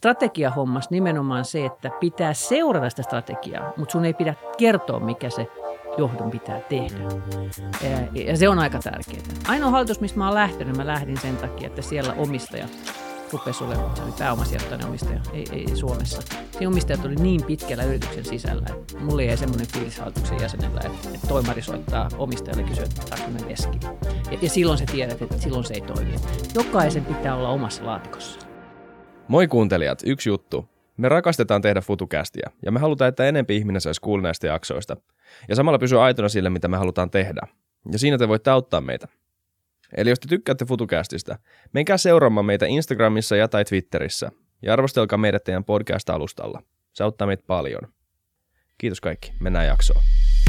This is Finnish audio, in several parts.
strategiahommassa nimenomaan se, että pitää seurata sitä strategiaa, mutta sun ei pidä kertoa, mikä se johdon pitää tehdä. Ja se on aika tärkeää. Ainoa hallitus, missä mä oon lähtenyt, mä lähdin sen takia, että siellä omistajat rupesi olemaan, se oli pääomasijoittainen omistaja, ei Suomessa. Siinä omistajat oli niin pitkällä yrityksen sisällä, että mulla ei semmoinen fiilis hallituksen jäsenellä, että toimari soittaa omistajalle ja kysyy, että saanko mennä leskiin. Ja silloin sä tiedät, että silloin se ei toimi. Jokaisen pitää olla omassa laatikossa. Moi kuuntelijat, yksi juttu. Me rakastetaan tehdä FutuCastia ja me halutaan, että enempi ihminen saisi kuulla näistä jaksoista. Ja samalla pysyä aitona sille, mitä me halutaan tehdä. Ja siinä te voitte auttaa meitä. Eli jos te tykkäätte FutuCastista, menkää seuraamaan meitä Instagramissa ja tai Twitterissä. Ja arvostelkaa meidät teidän podcast-alustalla. Se auttaa meitä paljon. Kiitos kaikki. Mennään jaksoon.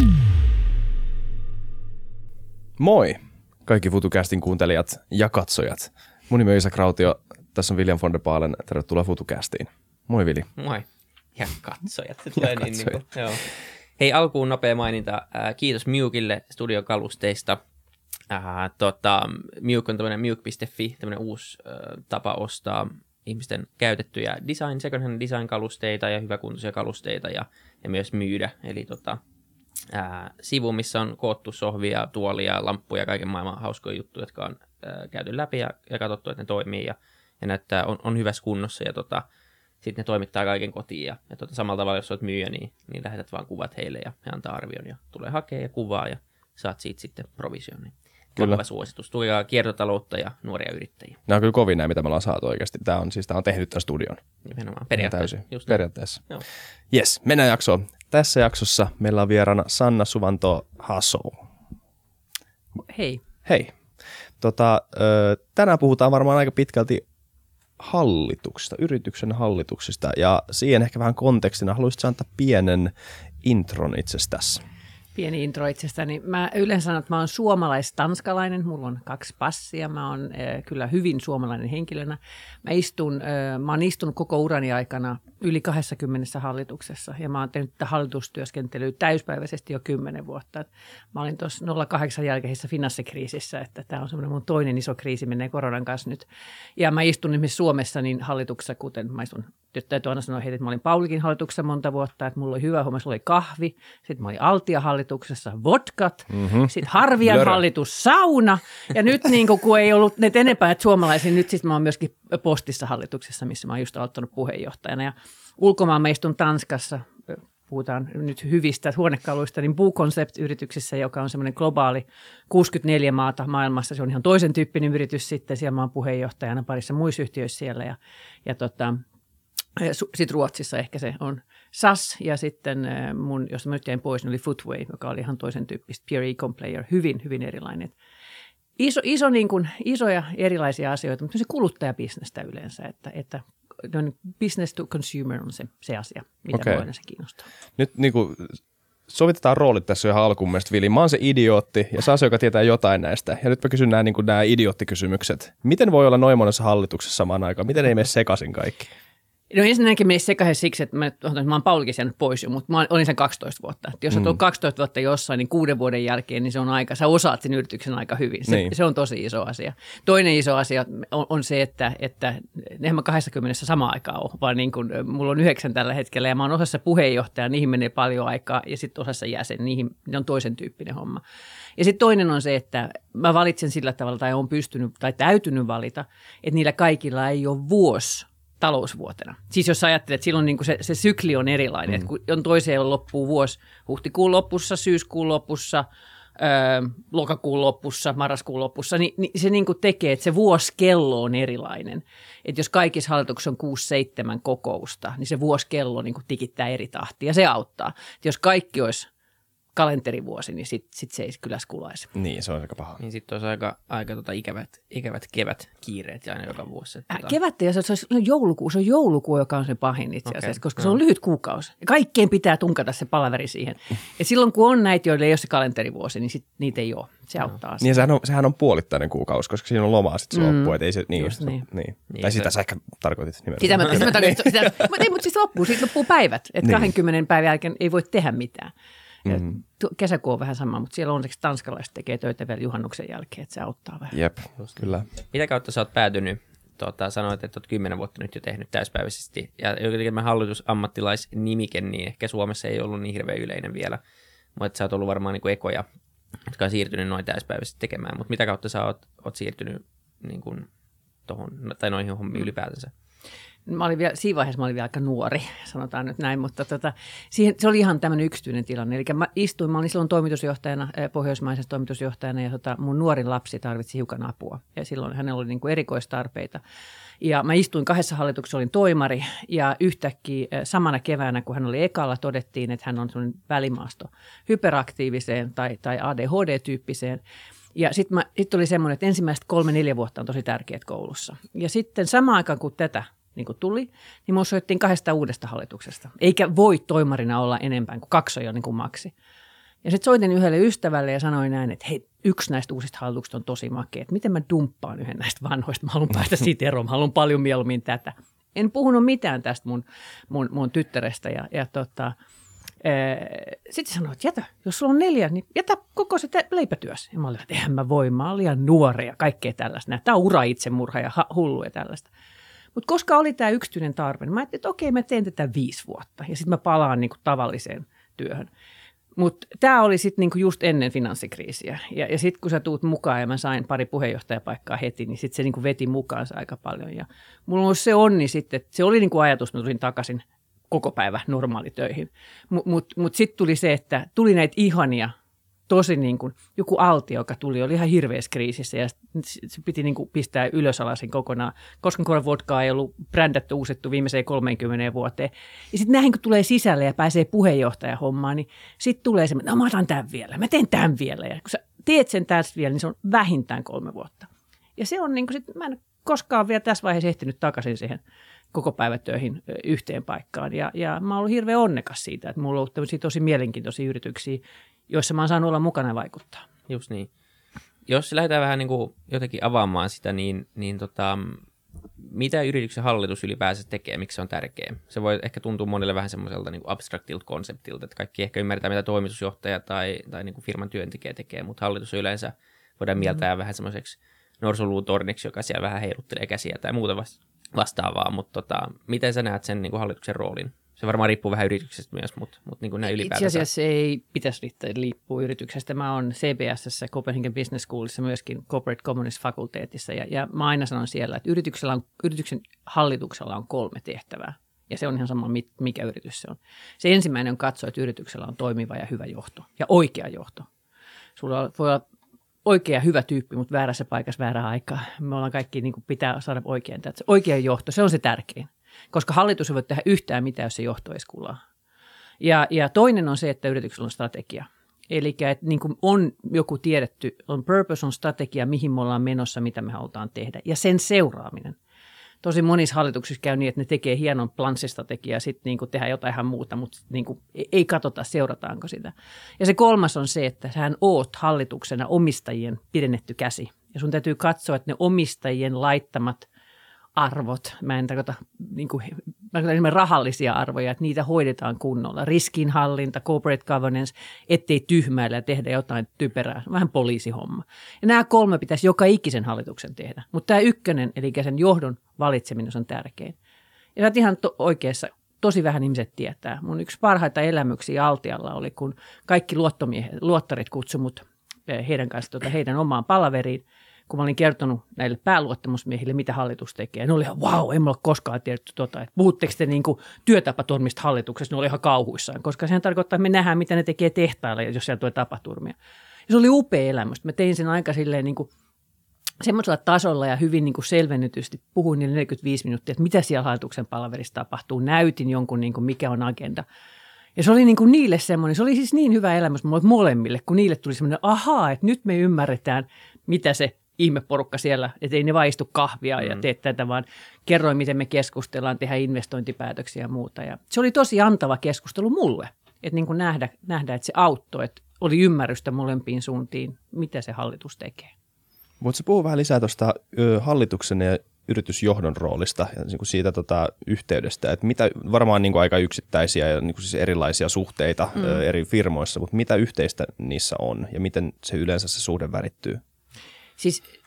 Moi kaikki FutuCastin kuuntelijat ja katsojat. Mun nimi on Isak Rautio. Tässä on William von der Baalen. Tervetuloa FutuCastiin. Moi Vili. Moi. Ja katsojat. Se tulee niin kuin, joo. Hei, alkuun nopea maininta. Kiitos Mewkille studiokalusteista. Mewk on tämmöinen Mewk.fi, tämmöinen uusi tapa ostaa ihmisten käytettyjä second-hand design-kalusteita ja hyväkuntoisia kalusteita ja myös myydä. Eli sivu, missä on koottu sohvia, tuolia, lamppuja, kaiken maailman hauskoja juttuja, jotka on käyty läpi ja katsottu, että ne toimii ja näyttää, on hyvässä kunnossa ja sitten ne toimittaa kaiken kotiin ja samalla tavalla, jos olet myyjä, niin lähetät vaan kuvat heille ja he antaa arvion ja tulee hakea ja kuvaa ja saat siitä sitten provision. Niin hyvä suositus. Tulikaa kiertotaloutta ja nuoria yrittäjiä. Nämä on kyllä kovin näin, mitä me ollaan saatu oikeasti. Tämä on tehnyt tämän studion. Nimenomaan. Periaatteessa. Periaatteessa. Jes, mennään jaksoon. Tässä jaksossa meillä on vieraana Sanna Suvanto-Hasso. Hei. Hei. Tänään puhutaan varmaan aika pitkälti hallituksista, yrityksen hallituksista, ja siihen ehkä vähän kontekstina haluaisitko antaa pienen intron itsestäsi? Pieni intro itsestäni. Mä yleensä sanon, että mä oon suomalais-tanskalainen. Mulla on 2 passia. Mä oon kyllä hyvin suomalainen henkilönä. Mä oon istunut koko urani aikana yli 20 hallituksessa ja mä oon tehnyt tätä hallitustyöskentelyä täyspäiväisesti jo 10 vuotta. Mä olin tuossa 08 jälkeisessä finanssikriisissä, että tämä on semmoinen mun toinen iso kriisi, menee koronan kanssa nyt. Ja mä istun esimerkiksi Suomessa niin hallituksessa, kuten mä istun, täytyy aina sanoa heille, että mä olin Paulikin hallituksessa monta vuotta, että mulla oli hyvä homma, mulla oli kahvi, sitten mä olin Altia-hallituksessa vodkat, sitten Harvian hallitus sauna, ja nyt niin kun ei ollut ne enempää, että suomalaisia, nyt sitten mä oon myöskin Postissa hallituksessa, missä mä oon just aloittanut puheenjohtajana, ja ulkomaan mä istun Tanskassa, puhutaan nyt hyvistä huonekaluista, niin Boo Concept-yrityksessä, joka on semmoinen globaali 64 maata maailmassa. Se on ihan toisen tyyppinen yritys sitten. Siellä mä oon puheenjohtajana parissa muissa yhtiöissä siellä. Ja sitten Ruotsissa ehkä se on SAS ja sitten jos mä nyt jäin pois, niin oli Footway, joka oli ihan toisen tyyppistä Peer Econ Player, hyvin, hyvin erilainen. Isoja erilaisia asioita, mutta se kuluttajabisnestä yleensä, että business to consumer on se asia, mitä mua yleensä kiinnostaa. Nyt niin kuin sovitetaan roolit tässä ihan alkuun mielestä, Vili. Mä oon se idiootti ja sä oot se, joka tietää jotain näistä. Ja nyt mä kysyn nämä idioottikysymykset. Miten voi olla noin monessa hallituksessa samaan aikaan? Miten ei mene sekaisin kaikki? No ensinnäkin meni sekaisin siksi, että mä oon Paulikin jäänyt pois jo, mutta mä olin sen 12 vuotta. Että jos olet ollut 12 vuotta jossain, niin 6 vuoden jälkeen, niin se on aika, sä osaat sen yrityksen aika hyvin. Se on tosi iso asia. Toinen iso asia on se, että eihän mä 20 samaan aikaan ole, vaan niin kuin, mulla on 9 tällä hetkellä ja mä oon osassa puheenjohtaja, niihin menee paljon aikaa ja sitten osassa jäsen, ne on toisen tyyppinen homma. Ja sitten toinen on se, että mä valitsen sillä tavalla tai on pystynyt tai täytynyt valita, että niillä kaikilla ei ole vuosi talousvuotena. Siis jos ajattelet, että silloin niin kuin se sykli on erilainen, että kun on toiseen loppuu vuosi huhtikuun lopussa, syyskuun lopussa, lokakuun lopussa, marraskuun lopussa, niin se niin kuin tekee, että se vuosikello on erilainen. Että jos kaikissa hallituksissa on 6-7 kokousta, niin se vuosikello niin kuin tikittää eri tahtia ja se auttaa. Että jos kaikki olisi kalenterivuosi, niin sit se ei kyllä skulaisi. Niin, se on aika paha. Niin sitten olisi aika ikävät kevätkiireet aina joka vuosi. Kevät ja se on joulukuu, joka on se pahin itse asiassa, koska se on lyhyt kuukausi. Ja kaikkeen pitää tunkata se palaveri siihen. Ja silloin kun on näitä, joille ei ole se kalenterivuosi, niin sit niitä ei ole. Se auttaa. Niin sehän on puolittainen kuukausi, koska siinä on lomaa sitten se loppuu. Ei se, niin. Tai sitä sä ehkä tarkoitit nimenomaan. Sitä mä tarkoitin. Mutta siis loppuu päivät. Että 20 päivän jälkeen ei voi tehdä mitään. Kesäkuu on vähän sama, mutta siellä onneksi tanskalaiset tekee töitä vielä juhannuksen jälkeen, että se auttaa vähän. Jep, kyllä. Mitä kautta sä oot päätynyt sanoit, että olet 10 vuotta nyt jo tehnyt täyspäiväisesti. Ja jotenkin tämä hallitusammattilaisnimike, niin ehkä Suomessa ei ollut niin hirveän yleinen vielä. Mutta sä oot ollut varmaan niin kuin ekoja, jotka on siirtynyt noin täyspäiväisesti tekemään. Mutta mitä kautta sä oot siirtynyt niin kuin tohon, tai noihin hommiin ylipäätänsä? Siinä vaiheessa mä olin vielä aika nuori, sanotaan nyt näin, mutta se oli ihan tämmöinen yksityinen tilanne. Eli mä olin silloin toimitusjohtajana, pohjoismaisessa toimitusjohtajana, ja mun nuorin lapsi tarvitsi hiukan apua. Ja silloin hänellä oli niin kuin erikoistarpeita. Ja mä istuin 2 hallituksessa, olin toimari, ja yhtäkkiä samana keväänä, kun hän oli ekalla, todettiin, että hän on semmoinen välimaasto hyperaktiiviseen tai ADHD-tyyppiseen. Ja sitten oli semmoinen, että ensimmäiset 3-4 vuotta on tosi tärkeät koulussa. Ja sitten samaan aikaan, kun tätä niin kuin tuli, niin minua soittiin 2 uudesta hallituksesta. Eikä voi toimarina olla enempää kuin 2 on jo niin kuin maksi. Ja sitten soitin yhdelle ystävälle ja sanoin näin, että hei, yksi näistä uusista hallituksista on tosi makea. Että miten mä dumppaan yhden näistä vanhoista? Mä haluan päästä siitä eroon. Mä haluan paljon mieluummin tätä. En puhunut mitään tästä mun tyttärestä. Sitten sanoin, että jätä, jos sulla on 4, niin jätä koko se leipätyössä. Ja mä olin, että eihän mä voi, mä olen liian nuori ja kaikkea tällaista. Tämä on ura-itsemurha ja hullu ja tällaista. Mutta koska oli tämä yksityinen tarve, niin mä ajattelin, että okei, mä teen tätä 5 vuotta ja sitten mä palaan niinku tavalliseen työhön. Mutta tämä oli sitten niinku just ennen finanssikriisiä. Ja sitten kun sä tuut mukaan ja mä sain pari puheenjohtajapaikkaa heti, niin sitten se niinku veti mukaansa aika paljon. Ja mulla on ollut se onni sitten, että se oli niinku ajatus, että mä tulin takaisin koko päivä normaalitöihin. Mutta sitten tuli se, että tuli näitä ihania, tosi niin kuin joku Altio, joka oli ihan hirveässä kriisissä ja se piti niin kuin pistää ylösalasin kokonaan. Koskenkorvan vodkaa ei ollut brändätty, uusettu viimeiseen 30 vuoteen. Ja sitten näin, kun tulee sisälle ja pääsee puheenjohtajahommaan, niin sitten tulee se, no mä otan tämän vielä, mä teen tämän vielä. Ja kun sä teet sen tästä vielä, niin se on vähintään 3 vuotta. Ja se on niin kuin mä en koskaan vielä tässä vaiheessa ehtinyt takaisin siihen koko päivätöihin yhteen paikkaan. Ja mä oon ollut hirveän onnekas siitä, että mulla on ollut tosi mielenkiintoisia yrityksiä, joissa mä oon saanut olla mukana ja vaikuttaa. Just niin. Jos lähdetään vähän niin kuin jotenkin avaamaan sitä, niin mitä yrityksen hallitus ylipäänsä tekee, miksi se on tärkeä? Se voi ehkä tuntua monelle vähän semmoiselta niin kuin abstraktilta konseptilta, että kaikki ehkä ymmärtää, mitä toimitusjohtaja tai niin kuin firman työntekijä tekee, mutta hallitus on yleensä voidaan mieltää vähän semmoiseksi norsuluutorniksi, joka siellä vähän heiluttelee käsiä tai muuta vastaavaa, mutta miten sä näet sen niin kuin hallituksen roolin? Se varmaan riippuu vähän yrityksestä myös, mutta niin kuin näin ylipäätään. Itse asiassa ei pitäisi riippua yrityksestä. Mä oon CBS:ssä, Copenhagen Business Schoolissa, myöskin Corporate Communist Fakulteetissa, ja mä aina sanon siellä, että yrityksen hallituksella on 3 tehtävää, ja se on ihan sama, mikä yritys se on. Se ensimmäinen on katsoa, että yrityksellä on toimiva ja hyvä johto, ja oikea johto. Sulla voi olla oikea hyvä tyyppi, mutta väärässä paikassa väärää aikaa. Me ollaan kaikki, niin kuin pitää saada oikein. Se oikea johto, se on se tärkein. Koska hallitus ei voi tehdä yhtään mitään, jos se johto ei skulaa. Ja toinen on se, että yrityksellä on strategia. Eli että niin kuin on joku tiedetty, on purpose, on strategia, mihin me ollaan menossa, mitä me halutaan tehdä. Ja sen seuraaminen. Tosi monissa hallituksissa käy niin, että ne tekee hienon planssistrategiaa ja sitten niin kuin tehdään jotain ihan muuta, mutta niin kuin ei katsota, seurataanko sitä. Ja se 3 on se, että sähän oot hallituksena omistajien pidennetty käsi. Ja sun täytyy katsoa, että ne omistajien laittamat arvot, mä en tarkoita niin kuin, rahallisia arvoja, että niitä hoidetaan kunnolla. Riskinhallinta, corporate governance, ettei tyhmäillä ja tehdä jotain typerää. Vähän poliisihomma. Ja nämä 3 pitäisi joka ikisen hallituksen tehdä. Mutta tämä 1, eli sen johdon valitseminen on tärkein. Ja sä oot ihan oikeassa, tosi vähän ihmiset tietää. Mun yksi parhaita elämyksiä Altialla oli, kun kaikki luottarit kutsui mut heidän kanssa heidän omaan palaveriin, kun mä olin kertonut näille pääluottamusmiehille, mitä hallitus tekee. Ja ne oli ihan, vau, en mä ole koskaan tiedetty että puhutteko te niin kuin työtapaturmista hallituksessa? Ne oli ihan kauhuissaan, koska sehän tarkoittaa, että me nähdään, mitä ne tekee tehtailla, jos siellä tulee tapaturmia. Ja se oli upea elämys. Mä tein sen aika silleen niin kuin semmoisella tasolla ja hyvin niin kuin selvennetysti puhuin niille 45 minuuttia, että mitä siellä hallituksen palaverissa tapahtuu. Näytin jonkun, niin kuin mikä on agenda. Ja se oli niin kuin niille semmoinen, se oli siis niin hyvä elämys molemmille, kun niille tuli semmoinen, ahaa, että nyt me ymmärretään, mitä se ihmeporukka siellä, että ei ne vaan istu kahvia ja tee tätä, vaan kerroin, miten me keskustellaan, tehdään investointipäätöksiä ja muuta. Ja se oli tosi antava keskustelu mulle, että niin kuin nähdä, että se auttoi, että oli ymmärrystä molempiin suuntiin, mitä se hallitus tekee. Voitko puhua vähän lisää tuosta hallituksen ja yritysjohdon roolista ja siitä yhteydestä, että mitä varmaan niin kuin aika yksittäisiä ja niin kuin siis erilaisia suhteita eri firmoissa, mutta mitä yhteistä niissä on ja miten se yleensä se suhde värittyy? Siis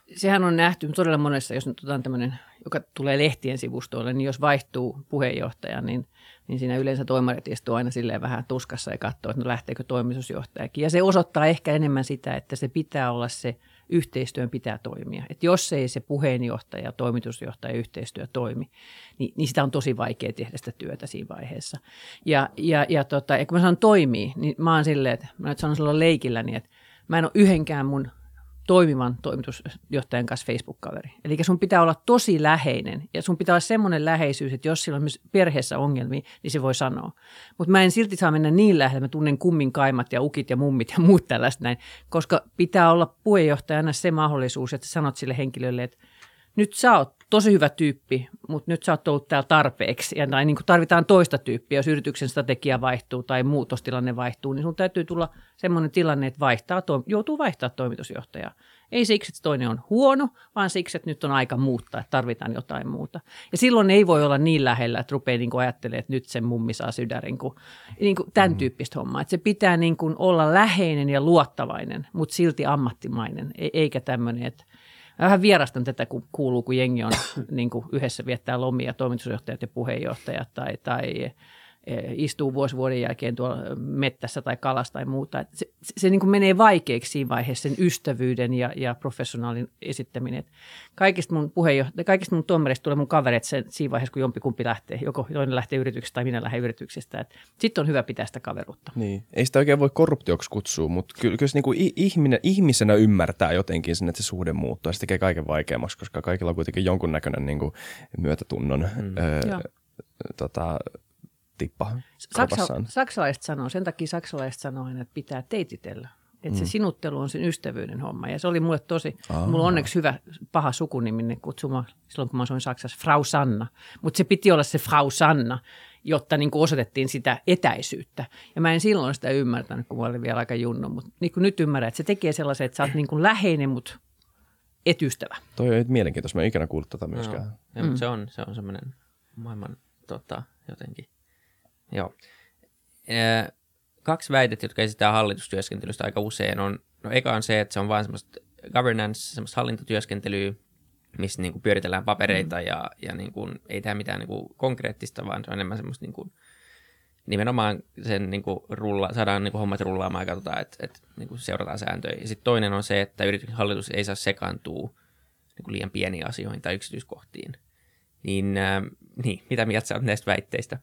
sehän on nähty todella monessa, jos nyt otetaan tämmöinen, joka tulee lehtien sivustoille, niin jos vaihtuu puheenjohtaja, niin siinä yleensä toimarit istuu aina silleen vähän tuskassa ja katsoo, että no lähteekö toimitusjohtajakin. Ja se osoittaa ehkä enemmän sitä, että se pitää olla se yhteistyön pitää toimia. Että jos ei se puheenjohtaja, toimitusjohtaja yhteistyö toimi, niin sitä on tosi vaikea tehdä sitä työtä siinä vaiheessa. Ja kun mä sanon toimii, niin mä oon silleen, että mä nyt sanon silloin leikilläni, että mä en ole yhdenkään mun toimivan toimitusjohtajan kanssa Facebook-kaveri. Eli sun pitää olla tosi läheinen ja sun pitää olla semmoinen läheisyys, että jos sillä on myös perheessä ongelmia, niin se voi sanoa. Mutta mä en silti saa mennä niin lähelle, mä tunnen kummin kaimat ja ukit ja mummit ja muut tällaista näin, koska pitää olla puheenjohtajana se mahdollisuus, että sanot sille henkilölle, että nyt sä oot tosi hyvä tyyppi, mutta nyt sä oot ollut täällä tarpeeksi. Tai niin kuin tarvitaan toista tyyppiä, jos yrityksen strategia vaihtuu tai muutostilanne vaihtuu, niin sun täytyy tulla semmoinen tilanne, että joutuu vaihtaa toimitusjohtajaa. Ei siksi, että toinen on huono, vaan siksi, että nyt on aika muuttaa, että tarvitaan jotain muuta. Ja silloin ei voi olla niin lähellä, että rupeaa niin kuin ajattelemaan, että nyt sen mummi saa sydärin, niin kuin tämän tyyppistä hommaa. Että se pitää niin kuin olla läheinen ja luottavainen, mutta silti ammattimainen, eikä tämmöinen, että vähän vierastan tätä, kun kuuluu, kun jengi on niin kuin yhdessä viettää lomia, toimitusjohtajat ja puheenjohtajat tai istuu vuoden jälkeen tuolla mettässä tai kalassa tai muuta. Se niin kuin menee vaikeaksi siinä vaiheessa sen ystävyyden ja professionaalin esittäminen. Kaikista mun tuomareista tulee mun kavereet siinä vaiheessa, kun jompikumpi lähtee. Joko toinen lähtee yrityksestä tai minä lähden yrityksestä. Sitten on hyvä pitää sitä kaveruutta. Niin. Ei sitä oikein voi korruptioksi kutsua, mutta kyllä se niin kuin ihmisenä ymmärtää jotenkin sen, että se suhde muuttuu. Ja se tekee kaiken vaikeammaksi, koska kaikilla on kuitenkin jonkunnäköinen niin kuin myötätunnon tippa saksalaiset sanoo, sen takia saksalaiset sanoo aina, että pitää teititellä. Että se sinuttelu on sen ystävyyden homma. Ja se oli mulle mulla on onneksi hyvä paha sukuniminen kutsuma silloin, kun mä asuin Saksassa, Frau Sanna. Mutta se piti olla se Frau Sanna, jotta niin kuin osoitettiin sitä etäisyyttä. Ja mä en silloin sitä ymmärtänyt, kun mä olin vielä aika junnu. Mutta niin kuin nyt ymmärrän, että se tekee sellaisen, että sä oot niin kuin läheinen, mutta et ystävä. Toi on mielenkiintoista. Mä en ikinä kuullut tätä myöskään. No, se on semmoinen maailman jotenkin. Joo. Kaksi väitettä, jotka esitetään hallitustyöskentelystä aika usein on, eka on se, että se on vain semmoista governance, semmoista hallintotyöskentelyä, missä niin kuin pyöritellään papereita ja niin kuin, ei tehdä mitään niin kuin konkreettista, vaan se on enemmän semmoista niin kuin, nimenomaan sen niin kuin saadaan niin kuin hommat rullaamaan ja katsotaan, että niin kuin seurataan sääntöjä. Ja sitten toinen on se, että yrityksen hallitus ei saa sekaantua niin kuin liian pieniin asioihin tai yksityiskohtiin. Niin mitä mieltä sä olet näistä väitteistä?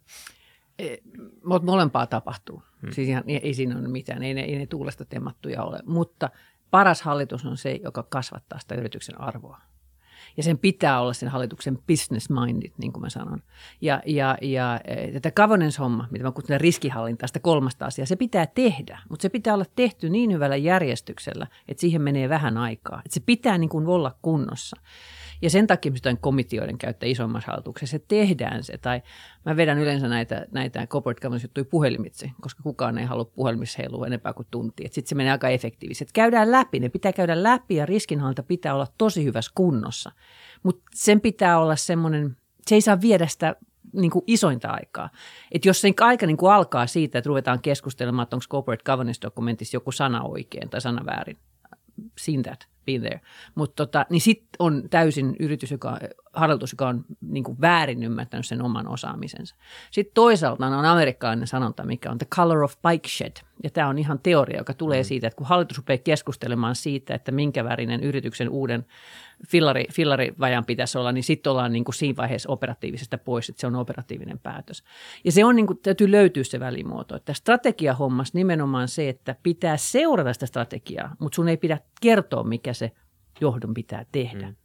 Mutta molempaa tapahtuu. Siis ei siinä ole mitään, ei ne tuulesta temmattuja ole. Mutta paras hallitus on se, joka kasvattaa sitä yrityksen arvoa. Ja sen pitää olla sen hallituksen business minded, niin kuin mä sanon. Ja tätä governance-homma, mitä mä kutsun riskihallintaa, sitä kolmasta asiaa, se pitää tehdä. Mutta se pitää olla tehty niin hyvällä järjestyksellä, että siihen menee vähän aikaa. Että se pitää niin kuin olla kunnossa. Ja sen takia me jotain komitioiden käyttää isommassa hallituksessa, että tehdään se. Tai mä vedän yleensä näitä corporate governance-juttuja puhelimitse, koska kukaan ei halua puhelimissa heilua enempää kuin tuntia. Sitten se menee aika efektiivisesti. Käydään läpi, ne pitää käydä läpi ja riskinhallinta pitää olla tosi hyvässä kunnossa. Mutta sen pitää olla semmoinen, se ei saa viedä sitä niin kuin isointa aikaa. Että jos sen aika niin kuin alkaa siitä, että ruvetaan keskustelemaan, että onko corporate governance-dokumentissa joku sana oikein tai sana väärin, seen that, been there. Mutta niin sitten on täysin harjoitus, joka on niin kuin väärin ymmärtänyt sen oman osaamisensa. Sitten toisaalta on amerikkalainen sanonta, mikä on the color of bike shed. Ja tämä on ihan teoria, joka tulee siitä, että kun hallitus rupeaa keskustelemaan siitä, että minkä värinen yrityksen uuden fillarivajan pitäisi olla, niin sitten ollaan niin kuin siinä vaiheessa operatiivisesta pois, että se on operatiivinen päätös. Ja se on niin kuin, täytyy löytyä se välimuoto. Että strategiahommassa nimenomaan se, että pitää seurata sitä strategiaa, mutta sun ei pidä kertoa, mikä se johdon pitää tehdä.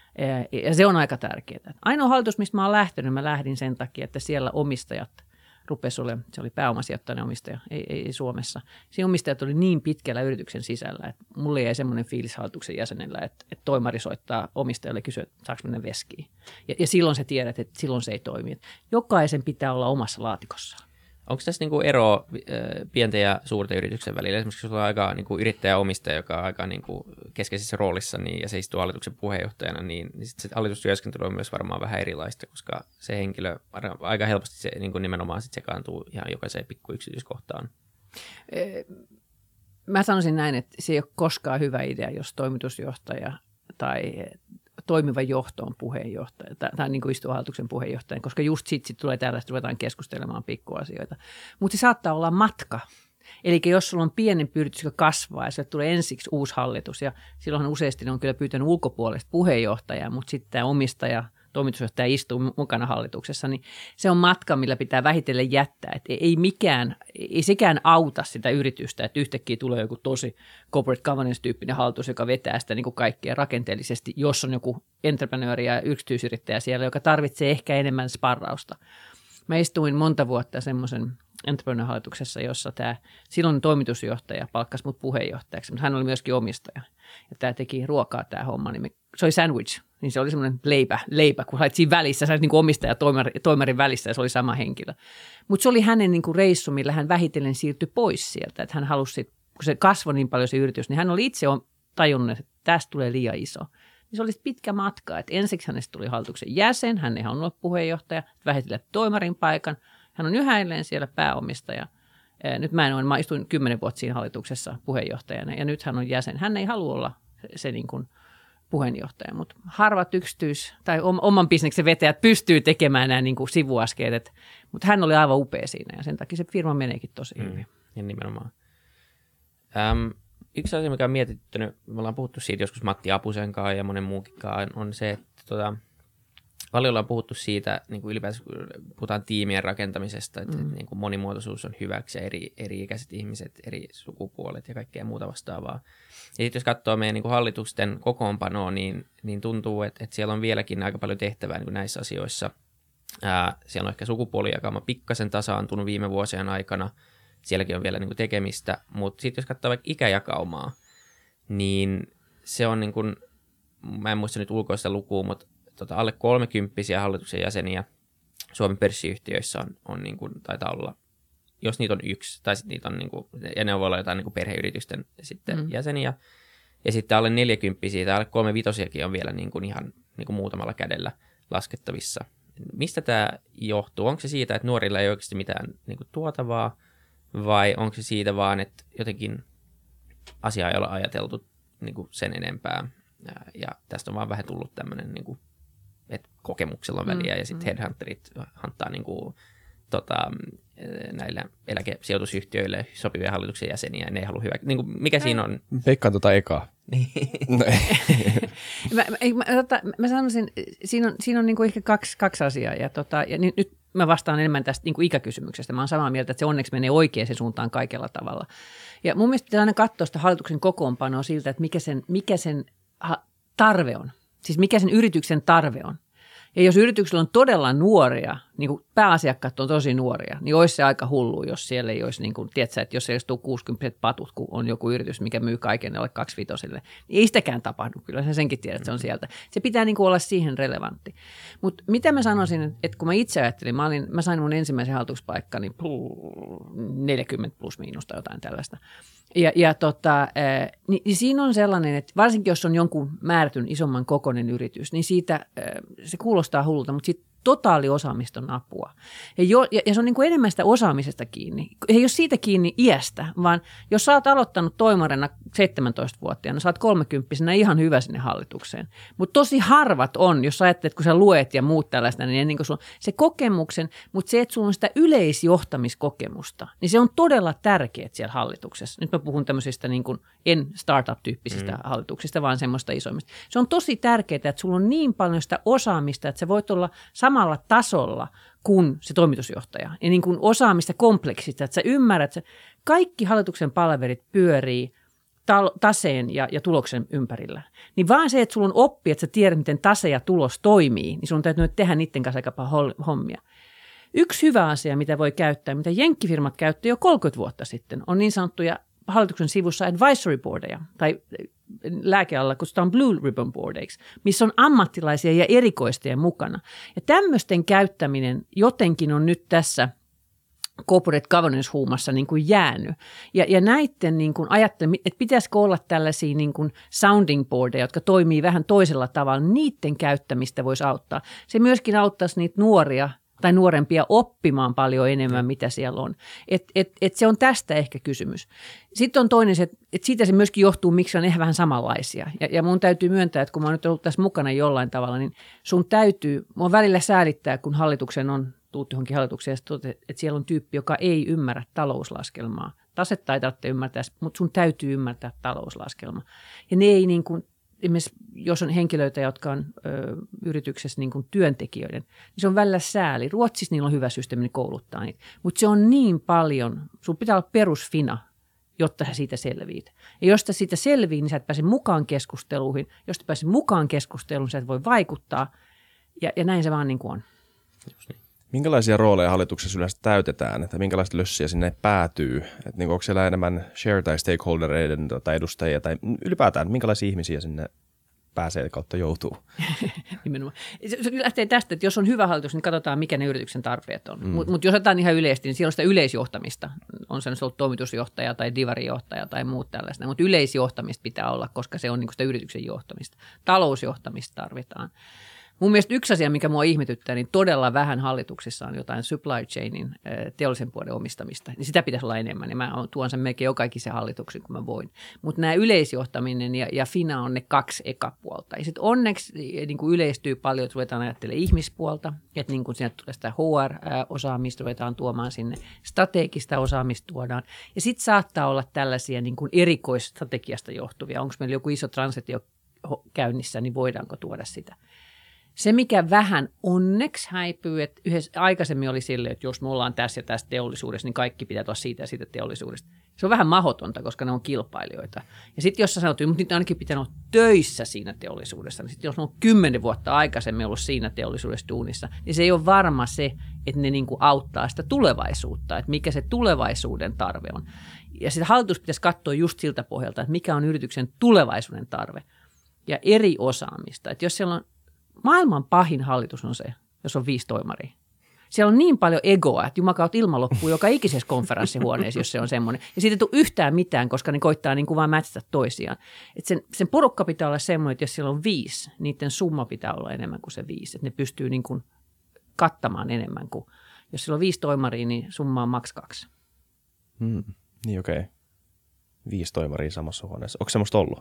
Ja se on aika tärkeää. Ainoa hallitus, mistä mä oon lähtenyt, mä lähdin sen takia, että siellä omistajat rupesi olemaan, se oli pääomasijoittainen omistaja, ei Suomessa. Siinä omistajat oli niin pitkällä yrityksen sisällä, että mulle jäi semmoinen fiilis hallituksen jäsenellä, että toimari soittaa omistajalle ja kysyy, että saako mennä veskiin. Ja silloin sä tiedät, että silloin se ei toimi. Jokaisen pitää olla omassa laatikossaan. Onko tässä niinku eroa pienten ja suurten yrityksen välillä? Esimerkiksi jos on aika niinku yrittäjä-omistaja, joka on aika niinku keskeisessä roolissa niin, ja se istuu hallituksen puheenjohtajana, niin sit se hallitustyöskentely on myös varmaan vähän erilaista, koska se henkilö aika helposti se, niinku nimenomaan sit sekaantuu ihan jokaiseen pikku yksityiskohtaan. Mä sanoisin näin, että se ei ole koskaan hyvä idea, jos toimitusjohtaja toimiva johto on puheenjohtaja tai niin kuin istuu hallituksen puheenjohtajan, koska just sitten tulee tällaista, ruvetaan keskustelemaan pikkuasioita. Mutta se saattaa olla matka. Eli jos sulla on pienempi yritys, joka kasvaa ja sieltä tulee ensiksi uusi hallitus ja silloinhan useasti ne on kyllä pyytänyt ulkopuolesta puheenjohtajaa, mutta sitten tämä omistaja, toimitusjohtaja istuu mukana hallituksessa, niin se on matka, millä pitää vähitellen jättää. Et ei sekään auta sitä yritystä, että yhtäkkiä tulee joku tosi corporate governance-tyyppinen hallitus, joka vetää sitä niin kuin kaikkea rakenteellisesti, jos on joku entreprenööri ja yksityisyrittäjä siellä, joka tarvitsee ehkä enemmän sparrausta. Mä istuin monta vuotta semmoisen entrepreneur-hallituksessa, jossa tämä silloin toimitusjohtaja palkkasi mut puheenjohtajaksi, mutta hän oli myöskin omistaja. Ja tämä teki ruokaa tämä homma, niin se oli sandwich, niin se oli semmoinen leipä kun hait siinä välissä, sä olit niin kuin omistaja ja toimarin välissä ja se oli sama henkilö. Mutta se oli hänen niin kuin reissu, millä hän vähitellen siirtyi pois sieltä, että hän halusi, kun se kasvoi niin paljon se yritys, niin hän oli itse tajunnut, että tästä tulee liian iso. Niin se oli pitkä matka, että ensiksi hänestä tuli hallituksen jäsen, hän ei halunnut puheenjohtaja, vähitellen toimarin paikan. Hän on yhä edelleen siellä pääomistaja. Nyt mä istuin 10 vuotta siinä hallituksessa puheenjohtajana ja nyt hän on jäsen. Hän ei halua olla se niin kuin puheenjohtaja, mutta harvat tai oman bisneksen vetäjät pystyy tekemään nämä niin kuin sivuaskeet. Mutta hän oli aivan upea siinä ja sen takia se firma meneekin tosi hyvin. Ja nimenomaan. Yksi asia, mikä on mietittynyt, me ollaan puhuttu siitä joskus Matti Apusen kanssa ja monen muunkin on se, että paljon ollaan puhuttu siitä, niin kuin ylipäänsä puhutaan tiimien rakentamisesta, että niin kuin monimuotoisuus on hyväksi ja eri-ikäiset ihmiset, eri sukupuolet ja kaikkea muuta vastaavaa. Ja sitten jos katsoo meidän niin kuin hallitusten kokoonpanoa, niin tuntuu, että siellä on vieläkin aika paljon tehtävää niin kuin näissä asioissa. Siellä on ehkä sukupuolijakauma pikkasen tasaantunut viime vuosien aikana. Sielläkin on vielä niin kuin tekemistä, mutta sitten jos katsoo vaikka ikäjakaumaa, niin se on niin kuin, mä en muista nyt ulkoista lukua, mutta alle 30-vuotiaita hallituksen jäseniä Suomen pörssiyhtiöissä on niin kuin, taitaa olla, jos niitä on yksi, tai sitten niitä on, niin kuin, ja ne voi olla jotain niin kuin perheyritysten sitten jäseniä, ja sitten alle 40-vuotiaita tai alle 35-vuotiaitakin on vielä niin kuin ihan niin kuin muutamalla kädellä laskettavissa. Mistä tämä johtuu? Onko se siitä, että nuorilla ei oikeasti mitään niin kuin tuotavaa, vai onko se siitä vaan, että jotenkin asiaa ei ole ajateltu niin kuin sen enempää, ja tästä on vaan vähän tullut tämmöinen niin kuin että kokemuksilla on väliä ja sitten headhunterit hanttaa niin kuin, näillä eläkesijoitusyhtiöille sopivia hallituksen jäseniä ja ne ei halua hyvä. Niin kuin, mikä siinä on? Veikkaan ekaa. Mä sanoisin, siinä on niin kuin ehkä kaksi asiaa ja nyt mä vastaan enemmän tästä niin kuin ikäkysymyksestä. Mä oon samaa mieltä, että se onneksi menee oikeaan suuntaan kaikella tavalla. Ja mun mielestä pitää aina katsoa sitä hallituksen kokoonpanoa siltä, että mikä sen tarve on. Siis mikä sen yrityksen tarve on. Ja jos yrityksellä on todella nuoria, niin kuin pääasiakkaat on tosi nuoria, niin olisi se aika hullu, jos siellä ei olisi, niin kuin, tiedätkö, että jos se olisi 60 patut, kun on joku yritys, mikä myy kaiken alle 25, niin ei sitäkään tapahdu. Kyllä sä senkin tiedät, että se on sieltä. Se pitää niin kuin olla siihen relevantti. Mutta mitä mä sanoisin, että kun mä itse ajattelin, mä sain mun ensimmäisen hallituspaikkani 40 plus miinusta jotain tällaista. Niin siinä on sellainen, että varsinkin jos on jonkun määrätyn isomman kokoinen yritys, niin siitä se kuulostaa hullulta, mutta siitä totaaliosaamista on apua. Ja se on niin kuin enemmän sitä osaamisesta kiinni. Ei ole siitä kiinni iästä, vaan jos sä oot aloittanut toimarina 17-vuotiaana, sä oot 30-vuotiaana ihan hyvä sinne hallitukseen. Mutta tosi harvat on, jos sä ajattelet, kun sä luet ja muut tällaista, niin kuin sulla se kokemuksen, mutta se, että sulla on sitä yleisjohtamiskokemusta, niin se on todella tärkeää siellä hallituksessa. Nyt mä puhun tämmöisistä niin kuin en startup-tyyppisistä hallituksista, vaan semmoista isommista. Se on tosi tärkeää, että sulla on niin paljon sitä osaamista, että sä voit olla samalla tasolla kuin se toimitusjohtaja. Ja niin kuin osaamista kompleksista, että sä ymmärrät, että kaikki hallituksen palverit pyörii taseen ja tuloksen ympärillä. Niin vaan se, että sulla on oppi, että sä tiedät, miten tase ja tulos toimii, niin sun on täytynyt tehdä niiden kanssa aika paljon hommia. Yksi hyvä asia, mitä voi käyttää, mitä jenkkifirmat käytti jo 30 vuotta sitten, on niin sanottuja hallituksen sivussa advisory boardeja, tai lääkealalla kutsutaan Blue Ribbon Boardeiksi, missä on ammattilaisia ja erikoistajia mukana. Ja tämmöisten käyttäminen jotenkin on nyt tässä corporate governance-huumassa niin kuin jäänyt. Ja näiden niin kuin ajattelin, että pitäisikö olla tällaisia niin kuin sounding boardeja, jotka toimii vähän toisella tavalla, niiden käyttämistä voisi auttaa. Se myöskin auttaisi niitä nuoria tai nuorempia oppimaan paljon enemmän, mitä siellä on. Et se on tästä ehkä kysymys. Sitten on toinen se, että siitä se myöskin johtuu, miksi on ehkä vähän samanlaisia. Ja mun täytyy myöntää, että kun mä oon nyt ollut tässä mukana jollain tavalla, niin mua välillä säälittää, kun tuut johonkin hallitukseen, että siellä on tyyppi, joka ei ymmärrä talouslaskelmaa. Tasetta ei tarvitse ymmärtää, mutta sun täytyy ymmärtää talouslaskelma. Ja ne ei niin kuin, esimerkiksi jos on henkilöitä, jotka on yrityksessä niin kuin työntekijöiden, niin se on välillä sääli. Ruotsissa niillä on hyvä systeemi kouluttaa niitä, mutta se on niin paljon, sun pitää olla perusfina, jotta sä siitä selviit. Ja jos sä siitä selvii, niin sä et pääse mukaan keskusteluihin. Jos sä pääse mukaan keskusteluun, sä et voi vaikuttaa. Ja näin se vaan niin kuin on. Just niin. Minkälaisia rooleja hallituksessa yleensä täytetään, että minkälaista lössiä sinne päätyy? Että niin onko siellä enemmän share- tai stakeholdereiden tai edustajia tai ylipäätään minkälaisia ihmisiä sinne pääsee kautta joutuu? Nimenomaan. Se lähtee tästä, että jos on hyvä hallitus, niin katsotaan, mikä ne yrityksen tarpeet on. Mutta jos otetaan ihan yleisesti, niin siellä on sitä yleisjohtamista. On se ollut toimitusjohtaja tai divarijohtaja tai muut tällaista. Mutta yleisjohtamista pitää olla, koska se on niin sitä yrityksen johtamista. Talousjohtamista tarvitaan. Mun mielestä yksi asia, mikä mua ihmetyttää, niin todella vähän hallituksissa on jotain supply chainin teollisen puolen omistamista. Niin sitä pitäisi olla enemmän, ja mä tuon sen melkein jokaisen hallituksen, kun mä voin. Mutta nämä yleisjohtaminen ja FINA on ne 2 ekapuolta. Ja sitten onneksi niin kuin yleistyy paljon, että ruvetaan ajattelemaan ihmispuolta, että niin kuin sieltä tulee sitä HR-osaamista, ruvetaan tuomaan sinne, strategista osaamista tuodaan. Ja sitten saattaa olla tällaisia niin kuin erikoisstrategiasta johtuvia. Onko meillä joku iso transitio käynnissä, niin voidaanko tuoda sitä? Se, mikä vähän onneksi häipyy, että aikaisemmin oli silleen, että jos me ollaan tässä ja tässä teollisuudessa, niin kaikki pitää tulla siitä ja siitä teollisuudesta. Se on vähän mahdotonta, koska ne on kilpailijoita. Ja sitten jos sä sanot, että niitä ainakin pitää olla töissä siinä teollisuudessa, niin sitten jos ne on 10 vuotta aikaisemmin ollut siinä teollisuudessa duunissa, niin se ei ole varma se, että ne niinku auttaa sitä tulevaisuutta, että mikä se tulevaisuuden tarve on. Ja sitä hallitus pitäisi katsoa just siltä pohjalta, että mikä on yrityksen tulevaisuuden tarve ja eri osaamista. Että jos siellä on maailman pahin hallitus on se, jos on 5 toimaria. Siellä on niin paljon egoa, että jumakaut ilma loppuu joka ikisessä konferenssihuoneessa, jos se on semmoinen. Ja siitä ei tule yhtään mitään, koska ne koittaa niin kuin vaan mätsätä toisiaan. Että sen porukka pitää olla semmoinen, että jos siellä on 5, niiden summa pitää olla enemmän kuin se 5. Että ne pystyy niin kuin kattamaan enemmän kuin, jos siellä on 5 toimaria, niin summa on maks 2. Niin okei. 5 toimaria samassa huoneessa. Onko semmoista ollut?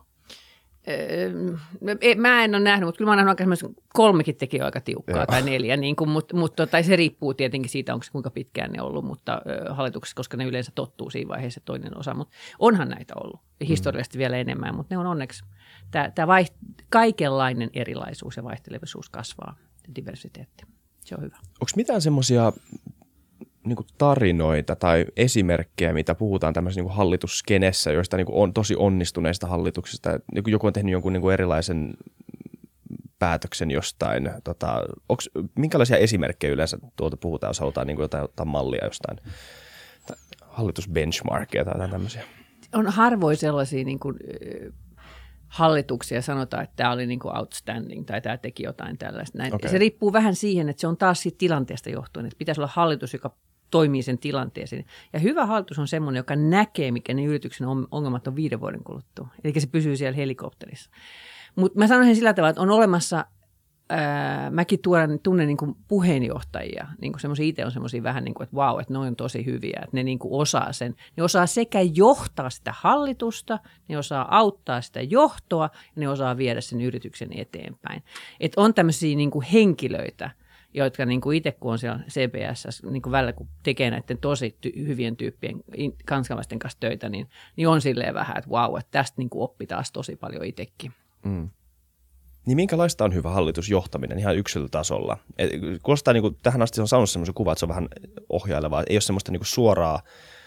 Mä en ole nähnyt, mutta kyllä mä oon nähnyt aika 3 tekijää aika tiukkaa tai 4, niin kuin, mutta se riippuu tietenkin siitä, onko kuinka pitkään ne ollut, mutta hallituksessa, koska ne yleensä tottuu siinä vaiheessa toinen osa, mutta onhan näitä ollut, historiallisesti vielä enemmän, mutta ne on onneksi, kaikenlainen erilaisuus ja vaihtelevuus kasvaa, diversiteetti, se on hyvä. Onko mitään semmoisia niin tarinoita tai esimerkkejä, mitä puhutaan tämmöisessä niin hallitusskenessä, joista niin on tosi onnistuneista hallituksista. Joku on tehnyt jonkun niin erilaisen päätöksen jostain. Minkälaisia esimerkkejä yleensä tuolta puhutaan, jos halutaan niin jotain ottaa mallia jostain hallitusbenchmarkia tai jotain tämmöisiä? On harvoin sellaisia niin kuin, hallituksia sanotaan, että tämä oli niin kuin outstanding tai tämä teki jotain tällaista. Näin. Okay. Se riippuu vähän siihen, että se on taas siitä tilanteesta johtuen, että pitäisi olla hallitus, joka toimii sen tilanteeseen. Ja hyvä hallitus on semmoinen, joka näkee, mikä ne yrityksen ongelmat on 5 vuoden kuluttua. Eli se pysyy siellä helikopterissa. Mutta mä sanoisin sillä tavalla, että on olemassa, mäkin tunnen niin kuin puheenjohtajia, niin kuin semmoisia itse on semmoisia vähän niin kuin, että vau, että ne on tosi hyviä, että ne niin kuin osaa sen. Ne osaa sekä johtaa sitä hallitusta, ne osaa auttaa sitä johtoa ja ne osaa viedä sen yrityksen eteenpäin. Että on tämmöisiä niin kuin henkilöitä, jotka niin kuin itse kun on siellä CBS, niin kuin välillä kun tekee näiden tosi hyvien tyyppien kansalaisten kanssa töitä, niin on silleen vähän, että vau, että tästä niin kuin oppi taas tosi paljon itsekin. Mm. Niin minkälaista on hyvä hallitusjohtaminen ihan yksilötasolla? Kuulostaa, niin kuin, tähän asti on saanut sellaisen kuvan, että se on vähän ohjailevaa. Ei ole semmoista niin kuin suoraa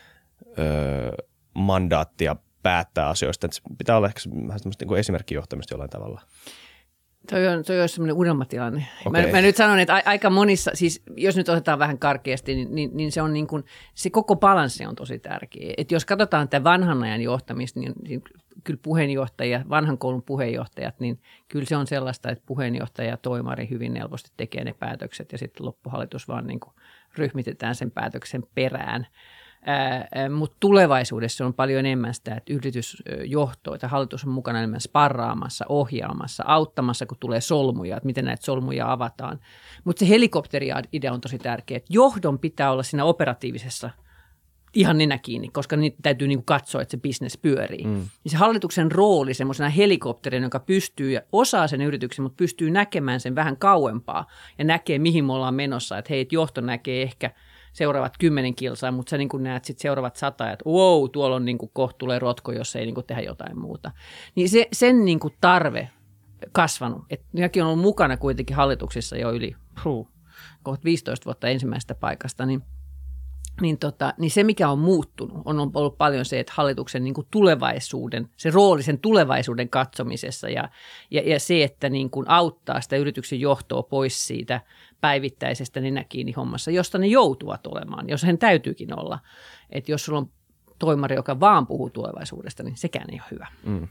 mandaattia päättää asioista. Että pitää olla ehkä vähän semmoista niin kuin esimerkkijohtamista jollain tavalla. Toi on semmoinen unelmatilanne. Okay. Mä nyt sanon, että aika monissa, siis jos nyt otetaan vähän karkeasti, niin se on niin kuin, se koko balanssi on tosi tärkeä. Et jos katsotaan tätä vanhan ajan johtamista, niin kyllä puheenjohtajia, vanhan koulun puheenjohtajat, niin kyllä se on sellaista, että puheenjohtaja ja toimari hyvin helposti tekee ne päätökset ja sitten loppuhallitus vaan niin kuin ryhmitetään sen päätöksen perään. Mutta tulevaisuudessa on paljon enemmän sitä, että yritysjohto tai hallitus on mukana enemmän sparraamassa, ohjaamassa, auttamassa, kun tulee solmuja, että miten näitä solmuja avataan. Mutta se helikopteri-idea on tosi tärkeä, että johdon pitää olla siinä operatiivisessa ihan nenä kiinni, koska niitä täytyy niinku katsoa, että se business pyörii. Ja se hallituksen rooli semmoisena helikopterina, joka pystyy ja osaa sen yrityksen, mutta pystyy näkemään sen vähän kauempaa ja näkee, mihin me ollaan menossa. Että hei, johto näkee ehkä seuraavat 10 kilsaa, mutta sä niin kuin näet sitten seuraavat 100, että wow, tuolla on niin kuin kohta tulee rotko, jos ei niin kuin tehdä jotain muuta. Niin sen niin kuin tarve kasvanut. Että minäkin olen ollut mukana kuitenkin hallituksissa jo yli kohta 15 vuotta ensimmäisestä paikasta, niin se, mikä on muuttunut, on ollut paljon se, että hallituksen niin kuin tulevaisuuden, se rooli sen tulevaisuuden katsomisessa ja se, että niin kuin auttaa sitä yrityksen johtoa pois siitä päivittäisestä nenä kiinni hommassa, josta ne joutuvat olemaan, jos hän täytyykin olla. Että jos sulla on toimari, joka vaan puhuu tulevaisuudesta, niin sekään ei ole hyvä.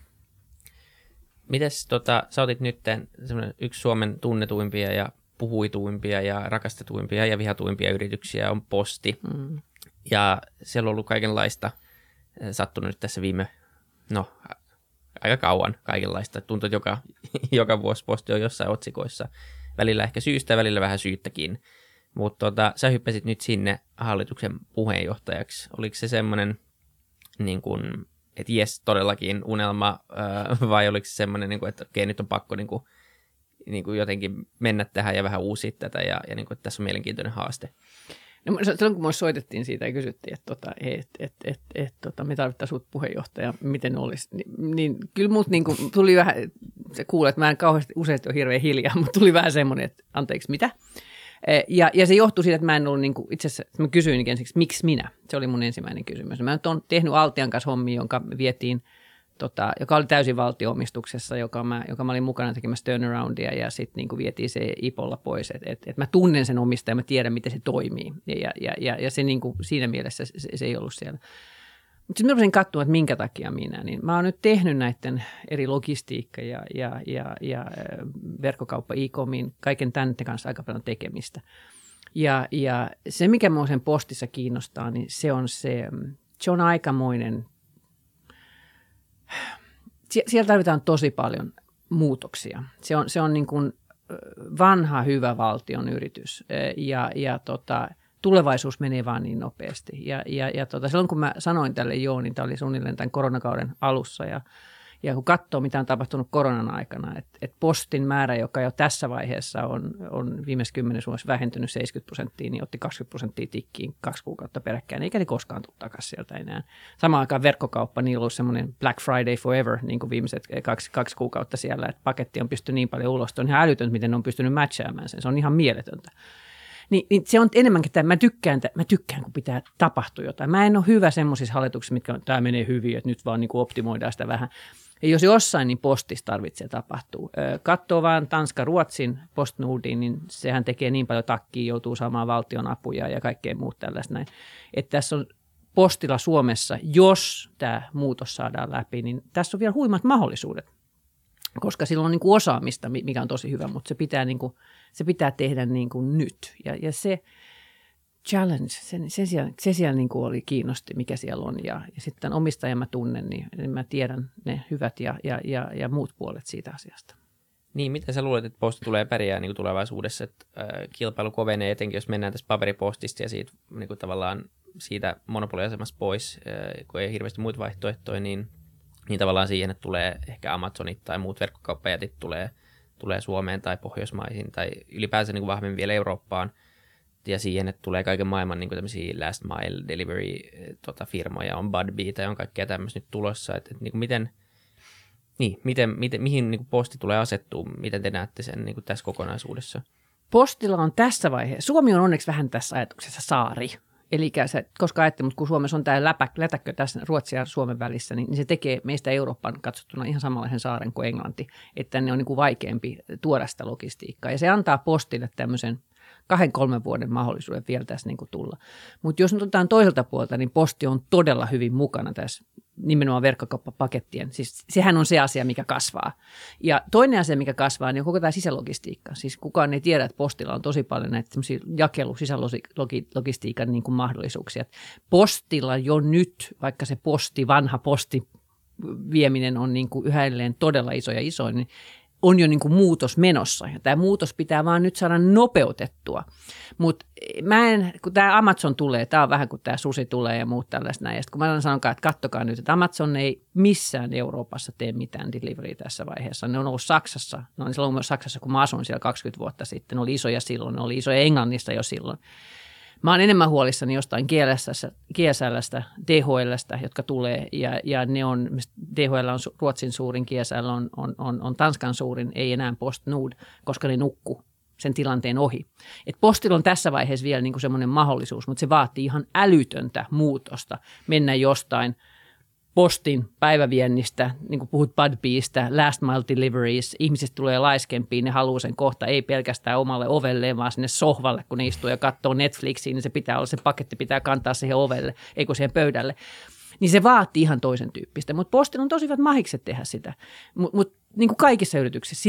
Mites sä otit nyt yksi Suomen tunnetuimpia ja puhuituimpia ja rakastetuimpia ja vihatuimpia yrityksiä on Posti. Ja siellä on ollut kaikenlaista sattunut nyt tässä aika kauan kaikenlaista. Tuntuu, että joka vuosi Posti on jossain otsikoissa. Välillä ehkä syystä ja välillä vähän syyttäkin. Mutta sä hyppäsit nyt sinne hallituksen puheenjohtajaksi. Oliko se semmoinen, niin kun, että jes, todellakin unelma, vai oliko se semmoinen, niin kun, että okei, nyt on pakko niin kuin jotenkin mennä tähän ja vähän uusia tätä ja niin kuin, että tässä on mielenkiintoinen haaste. No, silloin kun minua soitettiin siitä ja kysyttiin, että me tarvitaan sinut puheenjohtaja, miten olisi, niin kyllä minulta niin tuli vähän, se kuulee, että mä en kauheasti useasti ole hirveän hiljaa, mutta tuli vähän semmoinen, että anteeksi, mitä? Ja se johtui siitä, että mä en ollut, niin kuin, itse asiassa mä kysyin ensiksi, miksi minä? Se oli mun ensimmäinen kysymys. Mä nyt olen tehnyt Altian kanssa hommia, jonka vietiin, joka oli täysin valtio-omistuksessa, joka mä olin mukana tekemässä turnaroundia ja sitten niin vietiin se IPOlla pois. Et mä tunnen sen omistajan, mä tiedän, miten se toimii. Ja se niin kuin, siinä mielessä se ei ollut siellä. Mutta sitten mä rupesin katsoa, että minkä takia minä. Niin mä oon nyt tehnyt näiden eri logistiikka ja verkkokauppa e-comin, kaiken tämän kanssa aika paljon tekemistä. Ja se, mikä minua sen Postissa kiinnostaa, niin se on aikamoinen. Siellä tarvitaan tosi paljon muutoksia. Se on niin kuin vanha, hyvä valtion yritys ja tulevaisuus menee vaan niin nopeasti. Silloin kun mä sanoin tälle niin tämä oli suunnilleen tämän koronakauden alussa ja kun katsoo, mitä on tapahtunut koronan aikana, että Postin määrä, joka jo tässä vaiheessa on viimeisessä 10 vuodessa vähentynyt 70%, niin otti 20% tikkiin 2 kuukautta peräkkäin, eikä ne koskaan tule takaisin sieltä enää. Samaan aikaan verkkokauppa, niillä on ollut semmoinen Black Friday forever, niin kuin viimeiset 2 kuukautta siellä, että paketti on pystynyt niin paljon ulos, on ihan älytöntä, miten ne on pystynyt matchaamaan sen, se on ihan mieletöntä. Niin se on enemmänkin tämä, mä tykkään, kun pitää tapahtua jotain. Mä en ole hyvä semmoisissa hallituksissa, mitkä on, tämä menee hyvin, että nyt vaan niin kuin optimoidaan sitä vähän. Ja jos jossain, niin Postissa tarvitsee tapahtua. Katsoo vaan Tanska-Ruotsin PostNordin, niin sehän tekee niin paljon takkia, joutuu saamaan valtion apuja ja kaikkea muuta tällaista näin. Että tässä on Postilla Suomessa, jos tämä muutos saadaan läpi, niin tässä on vielä huimat mahdollisuudet. Koska sillä on niin kuin osaamista, mikä on tosi hyvä, mutta se pitää tehdä niin kuin nyt. Ja se challenge, se siellä niin kuin kiinnosti, mikä siellä on. Ja sitten omistajan mä tunnen, niin mä tiedän ne hyvät ja muut puolet siitä asiasta. Niin, miten sä luulet, että Posti tulee pärjää niin kuin tulevaisuudessa, että kilpailu kovenee, etenkin jos mennään tässä paperipostista ja siitä, niin kuin tavallaan siitä monopoliasemasta pois, kun ei hirveästi muita vaihtoehtoja, niin tavallaan siihen, että tulee ehkä Amazonit tai muut verkkokauppajätit tulee Suomeen tai Pohjoismaihin tai ylipäänsä niin kuin vahvemmin vielä Eurooppaan ja siihen, että tulee kaiken maailman niin kuin tämmöisiä last mile delivery firmoja, on Budbee tai on kaikkea tämmöistä nyt tulossa, että niin kuin mihin niin kuin Posti tulee asettua, miten te näette sen niin kuin tässä kokonaisuudessa? Postilla on tässä vaiheessa, Suomi on onneksi vähän tässä ajatuksessa saari. Eli koska ajattelin, mutta kun Suomessa on tämä lätäkkö tässä Ruotsin ja Suomen välissä, niin se tekee meistä Euroopan katsottuna ihan samanlaisen saaren kuin Englanti, että ne on niin kuin vaikeampi tuoda sitä logistiikkaa. Ja se antaa Postille tämmöisen 2-3 vuoden mahdollisuuden vielä tässä niin kuin tulla. Mutta jos nyt otetaan toiselta puolta, niin Posti on todella hyvin mukana tässä nimenomaan verkkokauppapakettien. Siis sehän on se asia, mikä kasvaa. Ja toinen asia, mikä kasvaa, niin on koko tämä sisälogistiikka. Siis kukaan ei tiedä, että postilla on tosi paljon näitä sisälogistiikan niin kuin mahdollisuuksia. Postilla jo nyt, vaikka se vanha posti vieminen on niin kuin yhä edelleen todella iso, niin on jo niin kuin muutos menossa. Ja tämä muutos pitää vaan nyt saada nopeutettua. Mutta kun tämä Amazon tulee, tämä on vähän kuin tämä Susi tulee ja muut tällaista näin. Ja sitten kun mä sanonkaan, että kattokaa nyt, että Amazon ei missään Euroopassa tee mitään deliveryä tässä vaiheessa. Ne on ollut Saksassa, se on ollut Saksassa, kun mä asuin siellä 20 vuotta sitten. Ne oli isoja silloin, ne oli isoja Englannissa jo silloin. Mä oon enemmän huolissani jostain GSL:stä, DHL:stä, jotka tulee, ja ne on, DHL on Ruotsin suurin, GSL on Tanskan suurin, ei enää PostNord, koska ne nukkuu sen tilanteen ohi. Et postilla on tässä vaiheessa vielä niin kuin semmoinen mahdollisuus, mutta se vaatii ihan älytöntä muutosta mennä jostain postin päiväviennistä, niin kuin puhut Budbeestä, last mile deliveries, ihmiset tulee laiskempiin, ne haluaa sen kohta, ei pelkästään omalle ovelleen, vaan sinne sohvalle, kun ne istuu ja katsoo Netflixiin, niin se paketti pitää kantaa siihen ovelle, eikö siihen pöydälle. Niin se vaatii ihan toisen tyyppistä, mutta postilla on tosi hyvät mahikset tehdä sitä. Mutta niin kuin kaikissa yrityksissä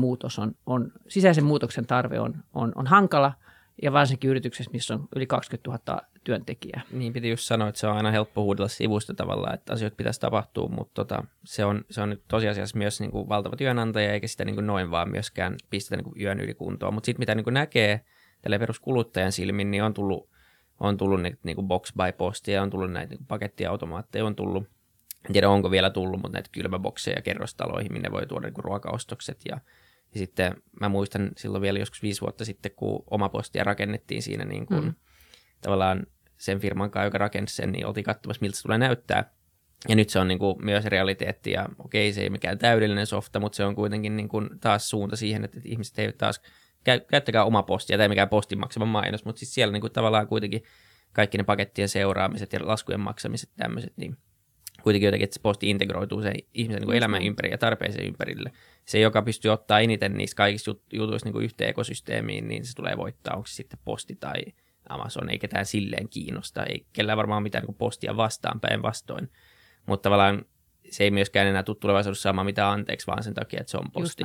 sisäisen muutoksen tarve on hankala, ja varsinkin yrityksessä, missä on yli 20 000 työntekijää. Niin piti just sanoa, että se on aina helppo huudella sivusta tavallaan, että asioita pitäisi tapahtua, mutta se on nyt tosiasiassa myös niin kuin valtava työnantaja, eikä sitä niin kuin noin vaan myöskään pistetä niin kuin yön yli kuntoon. Mutta sitten mitä niin kuin näkee tällä peruskuluttajan silmin, niin on tullut niin kuin box by postia, on tullut näitä niin kuin pakettiautomaatteja, on tullut, en tiedä onko vielä tullut, mutta näitä kylmäbokseja kerrostaloihin, minne voi tuoda niin kuin ruokaostokset ja sitten mä muistan silloin vielä joskus 5 vuotta sitten, kun oma postia rakennettiin siinä niin kuin tavallaan sen firman kanssa, joka rakensi sen, niin oltiin katsomassa, miltä se tulee näyttää. Ja nyt se on niin kuin myös realiteetti ja okei, se ei mikään täydellinen softa, mutta se on kuitenkin niin kuin taas suunta siihen, että ihmiset eivät taas käyttäkää oma postia, tai mikään postin maksama mainos, mutta siis siellä niin kuin tavallaan kuitenkin kaikki ne pakettien seuraamiset ja laskujen maksamiset tämmöiset, niin kuitenkin jotenkin, että se posti integroituu sen ihmisen niin elämän ympäri ja tarpeeseen ympärille. Se, joka pystyy ottaa eniten niistä kaikista jutuista niin kuin yhteen ekosysteemiin, niin se tulee voittaa. Onko se sitten posti tai Amazon, ei ketään silleen kiinnosta. Ei kellään varmaan mitään niin postia vastaan päinvastoin. Mutta tavallaan se ei myöskään enää tule tulevaisuudessa saamaan mitään anteeksi, vaan sen takia, että se on posti.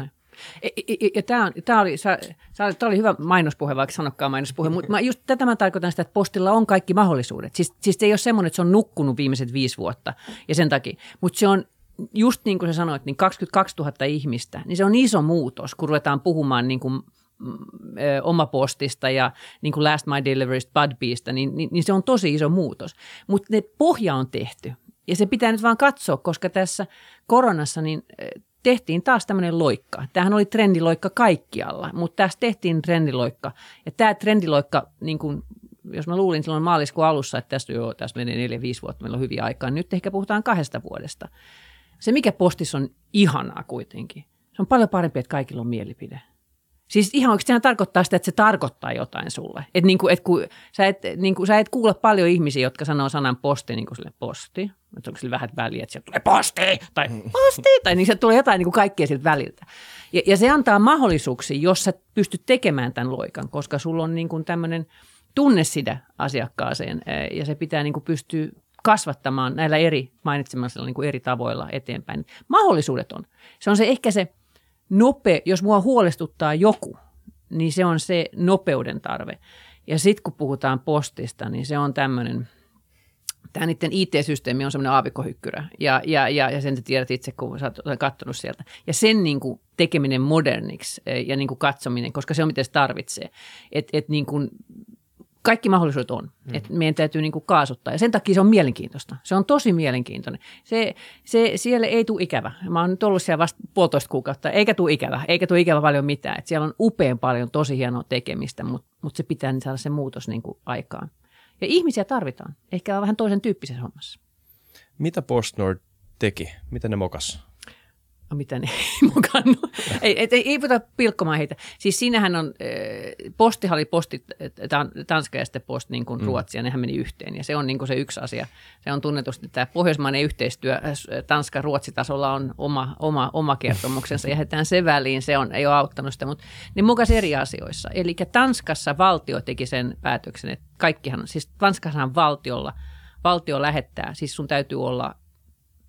Ja tämä oli hyvä mainospuhe, vaikka sanokkaan mainospuhe, mutta tätä mä tarkoitan sitä, että postilla on kaikki mahdollisuudet. Siis se ei ole semmoinen, että se on nukkunut viimeiset 5 vuotta ja sen takia, mutta se on just niin kuin sä sanoit, niin 22 000 ihmistä, niin se on iso muutos, kun ruvetaan puhumaan niin kuin omapostista ja niin kuin last mile deliverystä, Budbeestä, niin se on tosi iso muutos. Mutta ne pohja on tehty ja se pitää nyt vaan katsoa, koska tässä koronassa niin tehtiin taas tämmöinen loikka. Tämähän oli trendiloikka kaikkialla, mutta tässä tehtiin trendiloikka. Ja tämä trendiloikka, niin kuin, jos mä luulin silloin maaliskuun alussa, että tässä menee 4-5 vuotta, meillä on hyviä aikaa, niin nyt ehkä puhutaan 2 vuodesta. Se, mikä postissa on ihanaa kuitenkin, se on paljon parempi, että kaikilla on mielipide. Siis ihan oikeasti sehän tarkoittaa sitä, että se tarkoittaa jotain sulle. Että niin kun sä et kuule paljon ihmisiä, jotka sanoo sanan posti, niin kuin sille posti. Että onko sille vähän väliä, että sieltä tulee posti tai posti, tai niin se tulee jotain niin kuin kaikkea siltä väliltä. Ja se antaa mahdollisuuksia, jos sä pystyt tekemään tämän loikan, koska sulla on niin kuin tämmöinen tunneside asiakkaaseen ja se pitää niin kuin pystyä kasvattamaan näillä mainitsemisilla niin kuin eri tavoilla eteenpäin. Mahdollisuudet on. Se on se ehkä se jos mua huolestuttaa joku, niin se on se nopeuden tarve. Ja sitten kun puhutaan postista, niin se on tämmöinen, tämä niiden IT-systeemi on semmoinen aavikkohykkyrä. Ja sen te tiedät itse, kun sä olet katsonut sieltä. Ja sen niin kuin tekeminen moderniksi ja niin kuin katsominen, koska se on mitä se tarvitsee. Että niin kuin kaikki mahdollisuudet on, että meidän täytyy niin kuin kaasuttaa ja sen takia se on mielenkiintoista. Se on tosi mielenkiintoinen. Siellä ei tule ikävä. Mä oon nyt ollut siellä vasta 1,5 kuukautta, eikä tule ikävä paljon mitään. Et siellä on upean paljon tosi hienoa tekemistä, mutta se pitää saada se muutos niin kuin aikaan. Ja ihmisiä tarvitaan, ehkä vähän toisen tyyppisessä hommassa. Mitä PostNord teki? Mitä ne mokas? Mitä ne ei mukannut. Ei puhuta pilkkomaan heitä. Siis siinähän on, postihan oli posti, Tanska ja sitten post niin kuin Ruotsi, ja nehän meni yhteen. Ja se on niin kuin se yksi asia. Se on tunnetusti, että tämä pohjoismainen yhteistyö Tanska-Ruotsi-tasolla on oma kertomuksensa. Ja jätetään se väliin, ei ole auttanut sitä, mutta ne mukasi eri asioissa. Eli Tanskassa valtio teki sen päätöksen, että kaikkihan, siis Tanskassahan valtio lähettää, siis sun täytyy olla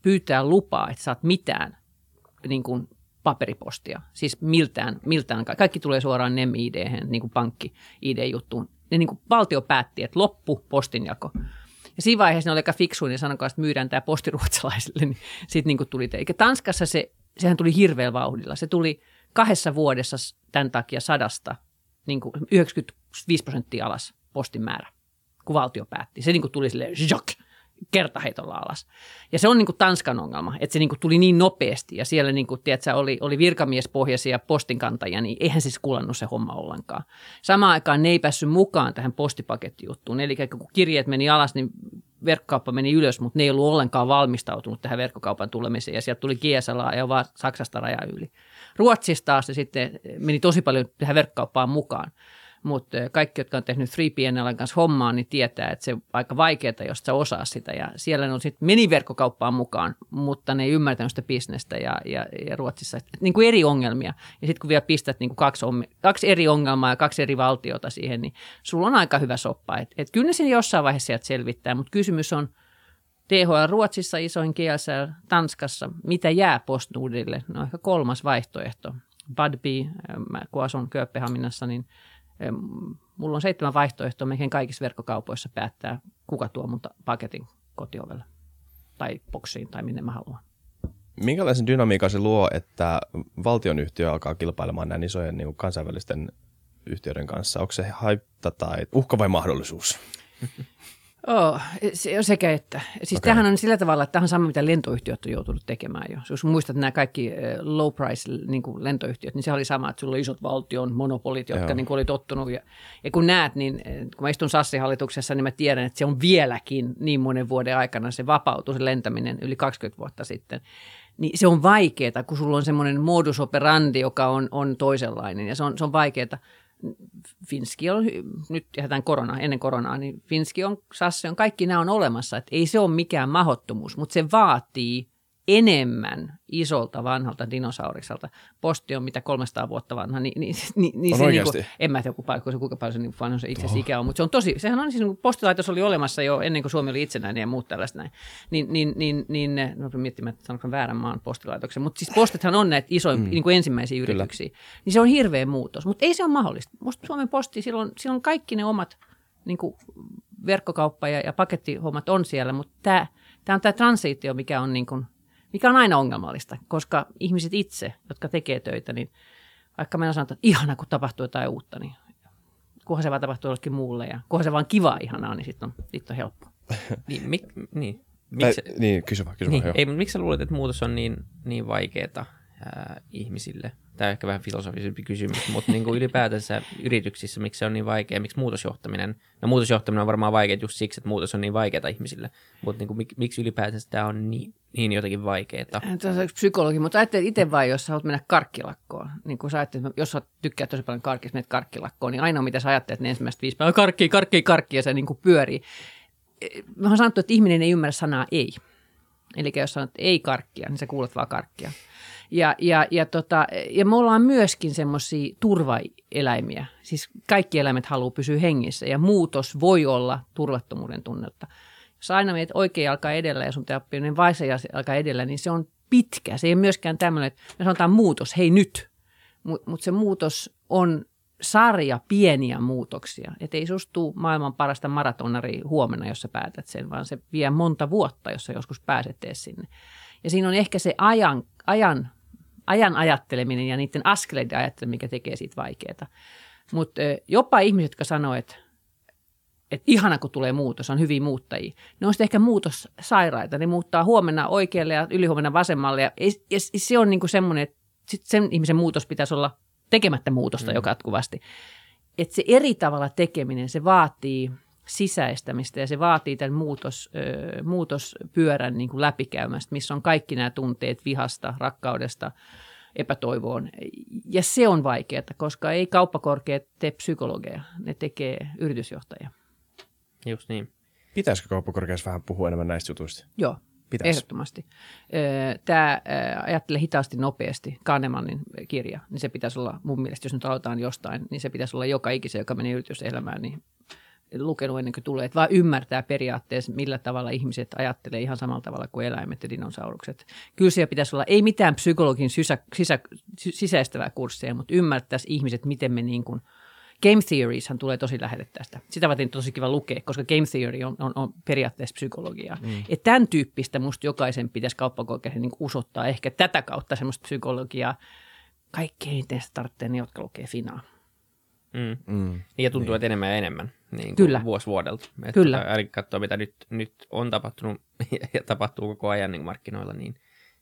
pyytää lupaa, että saat mitään niin kuin paperipostia. Siis miltään. Kaikki tulee suoraan NEM-ID:hen, niin kuin pankki-ID-juttuun. Ja niin kuin valtio päätti, että loppu postinjako. Ja siinä vaiheessa ne oli aika fiksuin ja sanoi, että myydään tämä posti ruotsalaisille, niin sitten niin kuin tuli. Eikä Tanskassa sehän tuli hirveällä vauhdilla. Se tuli 2 vuodessa tämän takia 100 niin kuin 95% alas postin määrä, kun valtio päätti. Se niin kuin tuli silleen kertaheitolla alas. Ja se on niin kuin Tanskan ongelma, että se niin kuin tuli niin nopeasti ja siellä niin kuin, tiedätkö, oli virkamiespohjaisia postinkantajia, niin eihän siis kulannut se homma ollenkaan. Samaan aikaan ne ei päässyt mukaan tähän postipakettijuttuun. Eli kun kirjeet meni alas, niin verkkokauppa meni ylös, mutta ne ei ollut ollenkaan valmistautunut tähän verkkokaupan tulemiseen ja sieltä tuli GSLA ja vaan Saksasta raja yli. Ruotsista taas se sitten meni tosi paljon tähän verkkokauppaan mukaan. Mutta kaikki, jotka on tehnyt 3PNL:n kanssa hommaa, niin tietää, että se on aika vaikeaa, jos sä osaa sitä. Ja siellä ne sitten meni verkkokauppaan mukaan, mutta ne ei ymmärtänyt sitä bisnestä ja Ruotsissa. Niin kuin eri ongelmia. Ja sitten kun vielä pistät niin kuin 2 eri ongelmaa ja 2 eri valtiota siihen, niin sulla on aika hyvä soppa. Et kyllä ne siinä jossain vaiheessa sieltä selvittää, mutta kysymys on THL Ruotsissa, isoin GSL Tanskassa. Mitä jää PostNordille? No ehkä 3. vaihtoehto. Budbee, kun asun Kööpenhaminassa, niin mulla on 7 vaihtoehtoa, melkein kaikissa verkkokaupoissa päättää, kuka tuo mun paketin kotiovelle tai boksiin tai minne mä haluan. Minkälaisen dynamiikan se luo, että valtionyhtiö alkaa kilpailemaan näin isojen niin kuin kansainvälisten yhtiöiden kanssa? Onko se haitta tai uhka vai mahdollisuus? Se on sekä että. Siis tämähän on sillä tavalla, että tämähän on sama, mitä lentoyhtiöt on joutunut tekemään jo. Jos muistat nämä kaikki low price niin kuin lentoyhtiöt, niin se oli sama, että sulla oli isot valtion monopolit, jotka niin kuin oli tottunut. Ja kun näet, niin kun mä istun SAS hallituksessa, niin mä tiedän, että se on vieläkin niin monen vuoden aikana se vapautui, se lentäminen yli 20 vuotta sitten. Niin se on vaikeaa, kun sulla on semmoinen modus operandi, joka on toisenlainen ja se on vaikeaa. Finski on, nyt jätetään ennen koronaa, niin Finski on, SAS on, kaikki nämä on olemassa, että ei se ole mikään mahdottomuus, mutta se vaatii enemmän isolta vanhalta dinosaurikselta. Posti on mitä 300 vuotta vanha, niin se niinku, en mä tiedä kuinka paljon se niin vanha se itse asiassa ikä on, mutta se on tosi, sehän on siis, kun postilaitos oli olemassa jo ennen kuin Suomi oli itsenäinen ja muut tällaista näin, no miettimään, että sanonko väärän maan postilaitoksen, mutta siis postithan on näitä isoja niin kuin ensimmäisiä yrityksiä, niin se on hirveä muutos, mutta ei se ole mahdollista. Musta Suomen Posti, silloin kaikki ne omat niin kuin verkkokauppa ja pakettihommat on siellä, mutta tämä on tämä transitio, mikä on aina ongelmallista, koska ihmiset itse, jotka tekee töitä, niin vaikka meillä sanotaan, että ihana, kun tapahtuu jotain uutta, niin kunhan se vaan tapahtuu jollekin muulle ja kunhan se vaan kiva ihanaa, niin sitten on helppo. Kysy vaan. Ei, mutta miksi sä luulet, että muutos on niin vaikeaa ihmisille? Tämä on ehkä vähän filosofisempi kysymys, mutta niin kuin ylipäätänsä yrityksissä, miksi se on niin vaikea, miksi muutosjohtaminen? No muutosjohtaminen on varmaan vaikea just siksi, että muutos on niin vaikeaa ihmisille, mutta niin kuin, miksi ylipäätänsä tämä on niin jotenkin vaikeaa? Tämä on psykologi, mutta ajattelet itse vain, jos sä haluat mennä karkkilakkoon, niin kun sä ajattelet, jos sä tykkää tosi paljon karkista, menet karkkilakkoon, niin ainoa mitä sä ajattelet, ne ensimmäiset 5 päivää, karkki ja se niin kuin pyörii. Mä oon sanottu, että ihminen ei ymmärrä sanaa ei. Eli jos sanot ei karkkia, niin sä kuulet vaan karkkia. Ja me ollaan myöskin semmoisia turvaeläimiä. Siis kaikki eläimet haluaa pysyä hengissä ja muutos voi olla turvattomuuden tunnetta. Jos aina meet oikea jalka edellä ja sun teoppinen vaisa jalka edellä, niin se on pitkä. Se ei myöskään tämmöinen, että me sanotaan muutos, hei nyt. Mutta se muutos on sarja pieniä muutoksia. Että ei susta tule maailman parasta maratonaria huomenna, jos sä päätät sen, vaan se vie monta vuotta, jos sä joskus pääset edes sinne. Ja siinä on ehkä se ajan ajatteleminen ja niiden askeleiden ajatteleminen, mikä tekee siitä vaikeaa. Mutta jopa ihmiset, jotka sanoo, että ihana kun tulee muutos, on hyviä muuttajia, ne on sitten ehkä muutossairaita. Ne muuttaa huomenna oikealle ja ylihuomenna vasemmalle. Ja se on niinku semmoinen, että sen ihmisen muutos pitäisi olla tekemättä muutosta joka jatkuvasti. Että se eri tavalla tekeminen, se vaatii sisäistämistä ja se vaatii tämän muutospyörän niin kuin läpikäymästä, missä on kaikki nämä tunteet vihasta, rakkaudesta, epätoivoon. Ja se on vaikeaa, koska ei kauppakorkeat tee psykologeja, ne tekee yritysjohtajia. Just niin. Pitäisikö kauppakorkeassa vähän puhua enemmän näistä jutuista? Joo. Pitäisi. Ehdottomasti. Tämä Ajattele hitaasti nopeasti, Kahnemanin kirja, niin se pitäisi olla mun mielestä, jos nyt aloitetaan jostain, niin se pitäisi olla joka ikisen, joka menee yrityselämään, niin lukenut ennen kuin tulee, että vaan ymmärtää periaatteessa, millä tavalla ihmiset ajattelee ihan samalla tavalla kuin eläimet ja dinosaurukset. Kyllä siellä pitäisi olla, ei mitään psykologin sisäistävää kurssia, mutta ymmärtäisi ihmiset, miten me niin kuin, game theorieshan tulee tosi lähelle tästä. Sitä varten tosi kiva lukea, koska game theory on periaatteessa psykologiaa. Et tämän tyyppistä musta jokaisen pitäisi kauppakorkeasti niin usottaa ehkä tätä kautta semmoista psykologiaa. Kaikkein eniten sitä tarvitsee ne, jotka lukee finaa. Niin ja tuntuu, että enemmän ja enemmän niin Kyllä. vuosi vuodelta. Kyllä. Eli katsoa, mitä nyt on tapahtunut ja tapahtuu koko ajan niin markkinoilla, niin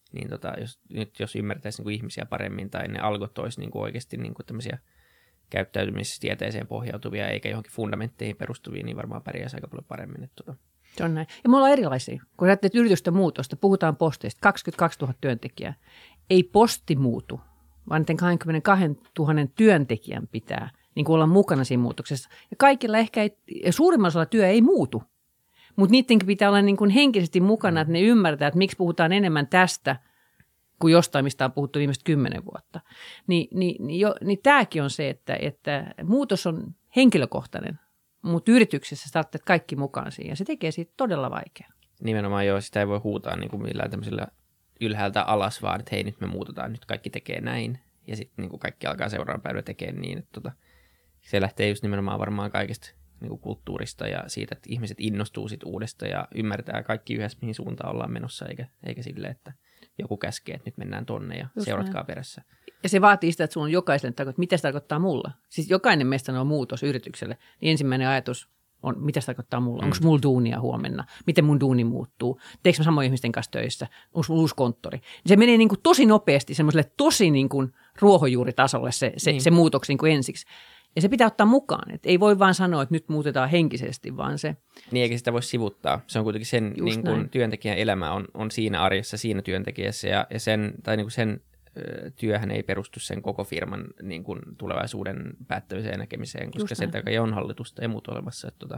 jos ymmärtäisi niin kuin ihmisiä paremmin tai ne algot olisi niin kuin oikeasti niin kuin tämmöisiä käyttäytymistieteeseen pohjautuvia eikä johonkin fundamentteihin perustuvia, niin varmaan pärjäisi aika paljon paremmin. Se on näin. Ja me ollaan erilaisia. Kun ajattelet yritysten muutosta, puhutaan posteista, 22 000 työntekijää. Ei posti muutu, vaan niiden 22 000 työntekijän pitää niin kuin olla mukana siinä muutoksessa. Ja kaikilla ehkä suurimmalla osalla työ ei muutu, mutta niidenkin pitää olla niin kuin henkisesti mukana, että ne ymmärtää, että miksi puhutaan enemmän tästä kuin jostain, mistä on puhuttu viimeiset 10 vuotta. Niin tämäkin on se, että muutos on henkilökohtainen, mutta yrityksessä saatte kaikki mukaan siihen ja se tekee siitä todella vaikeaa. Nimenomaan joo, sitä ei voi huutaa niin kuin millään tämmöisellä ylhäältä alas, vaan että hei nyt me muutetaan, nyt kaikki tekee näin ja sitten niin kaikki alkaa seuraavan päivänä tekemään niin, että se lähtee just nimenomaan varmaan kaikesta niin kuin kulttuurista ja siitä, että ihmiset innostuu siitä uudesta ja ymmärtää kaikki yhdessä, mihin suuntaan ollaan menossa, eikä silleen, että joku käskee, että nyt mennään tonne ja just seuratkaa näin perässä. Ja se vaatii sitä, että sun on jokaiselle tarkoittaa, mitä se tarkoittaa mulla. Siis jokainen meistä sanoo muutos yritykselle, niin ensimmäinen ajatus on, mitä se tarkoittaa mulla. Onko mulla duunia huomenna? Miten mun duuni muuttuu? Teekö mä samoin ihmisten kanssa töissä? Onko mulla uusi konttori? Se menee niin kuin tosi nopeasti semmoiselle tosi niin kuin ruohonjuuritasolle se muutos niin kuin ensiksi. Ja se pitää ottaa mukaan. Et ei voi vaan sanoa, että nyt muutetaan henkisesti, vaan se... Niin, eikä sitä voi sivuttaa. Se on kuitenkin sen niin kuin työntekijän elämä on siinä arjessa, siinä työntekijässä. Ja sen työhän ei perustu sen koko firman niin kuin tulevaisuuden päättämiseen ja näkemiseen, koska sen takia on hallitusta ja muut olemassa. Että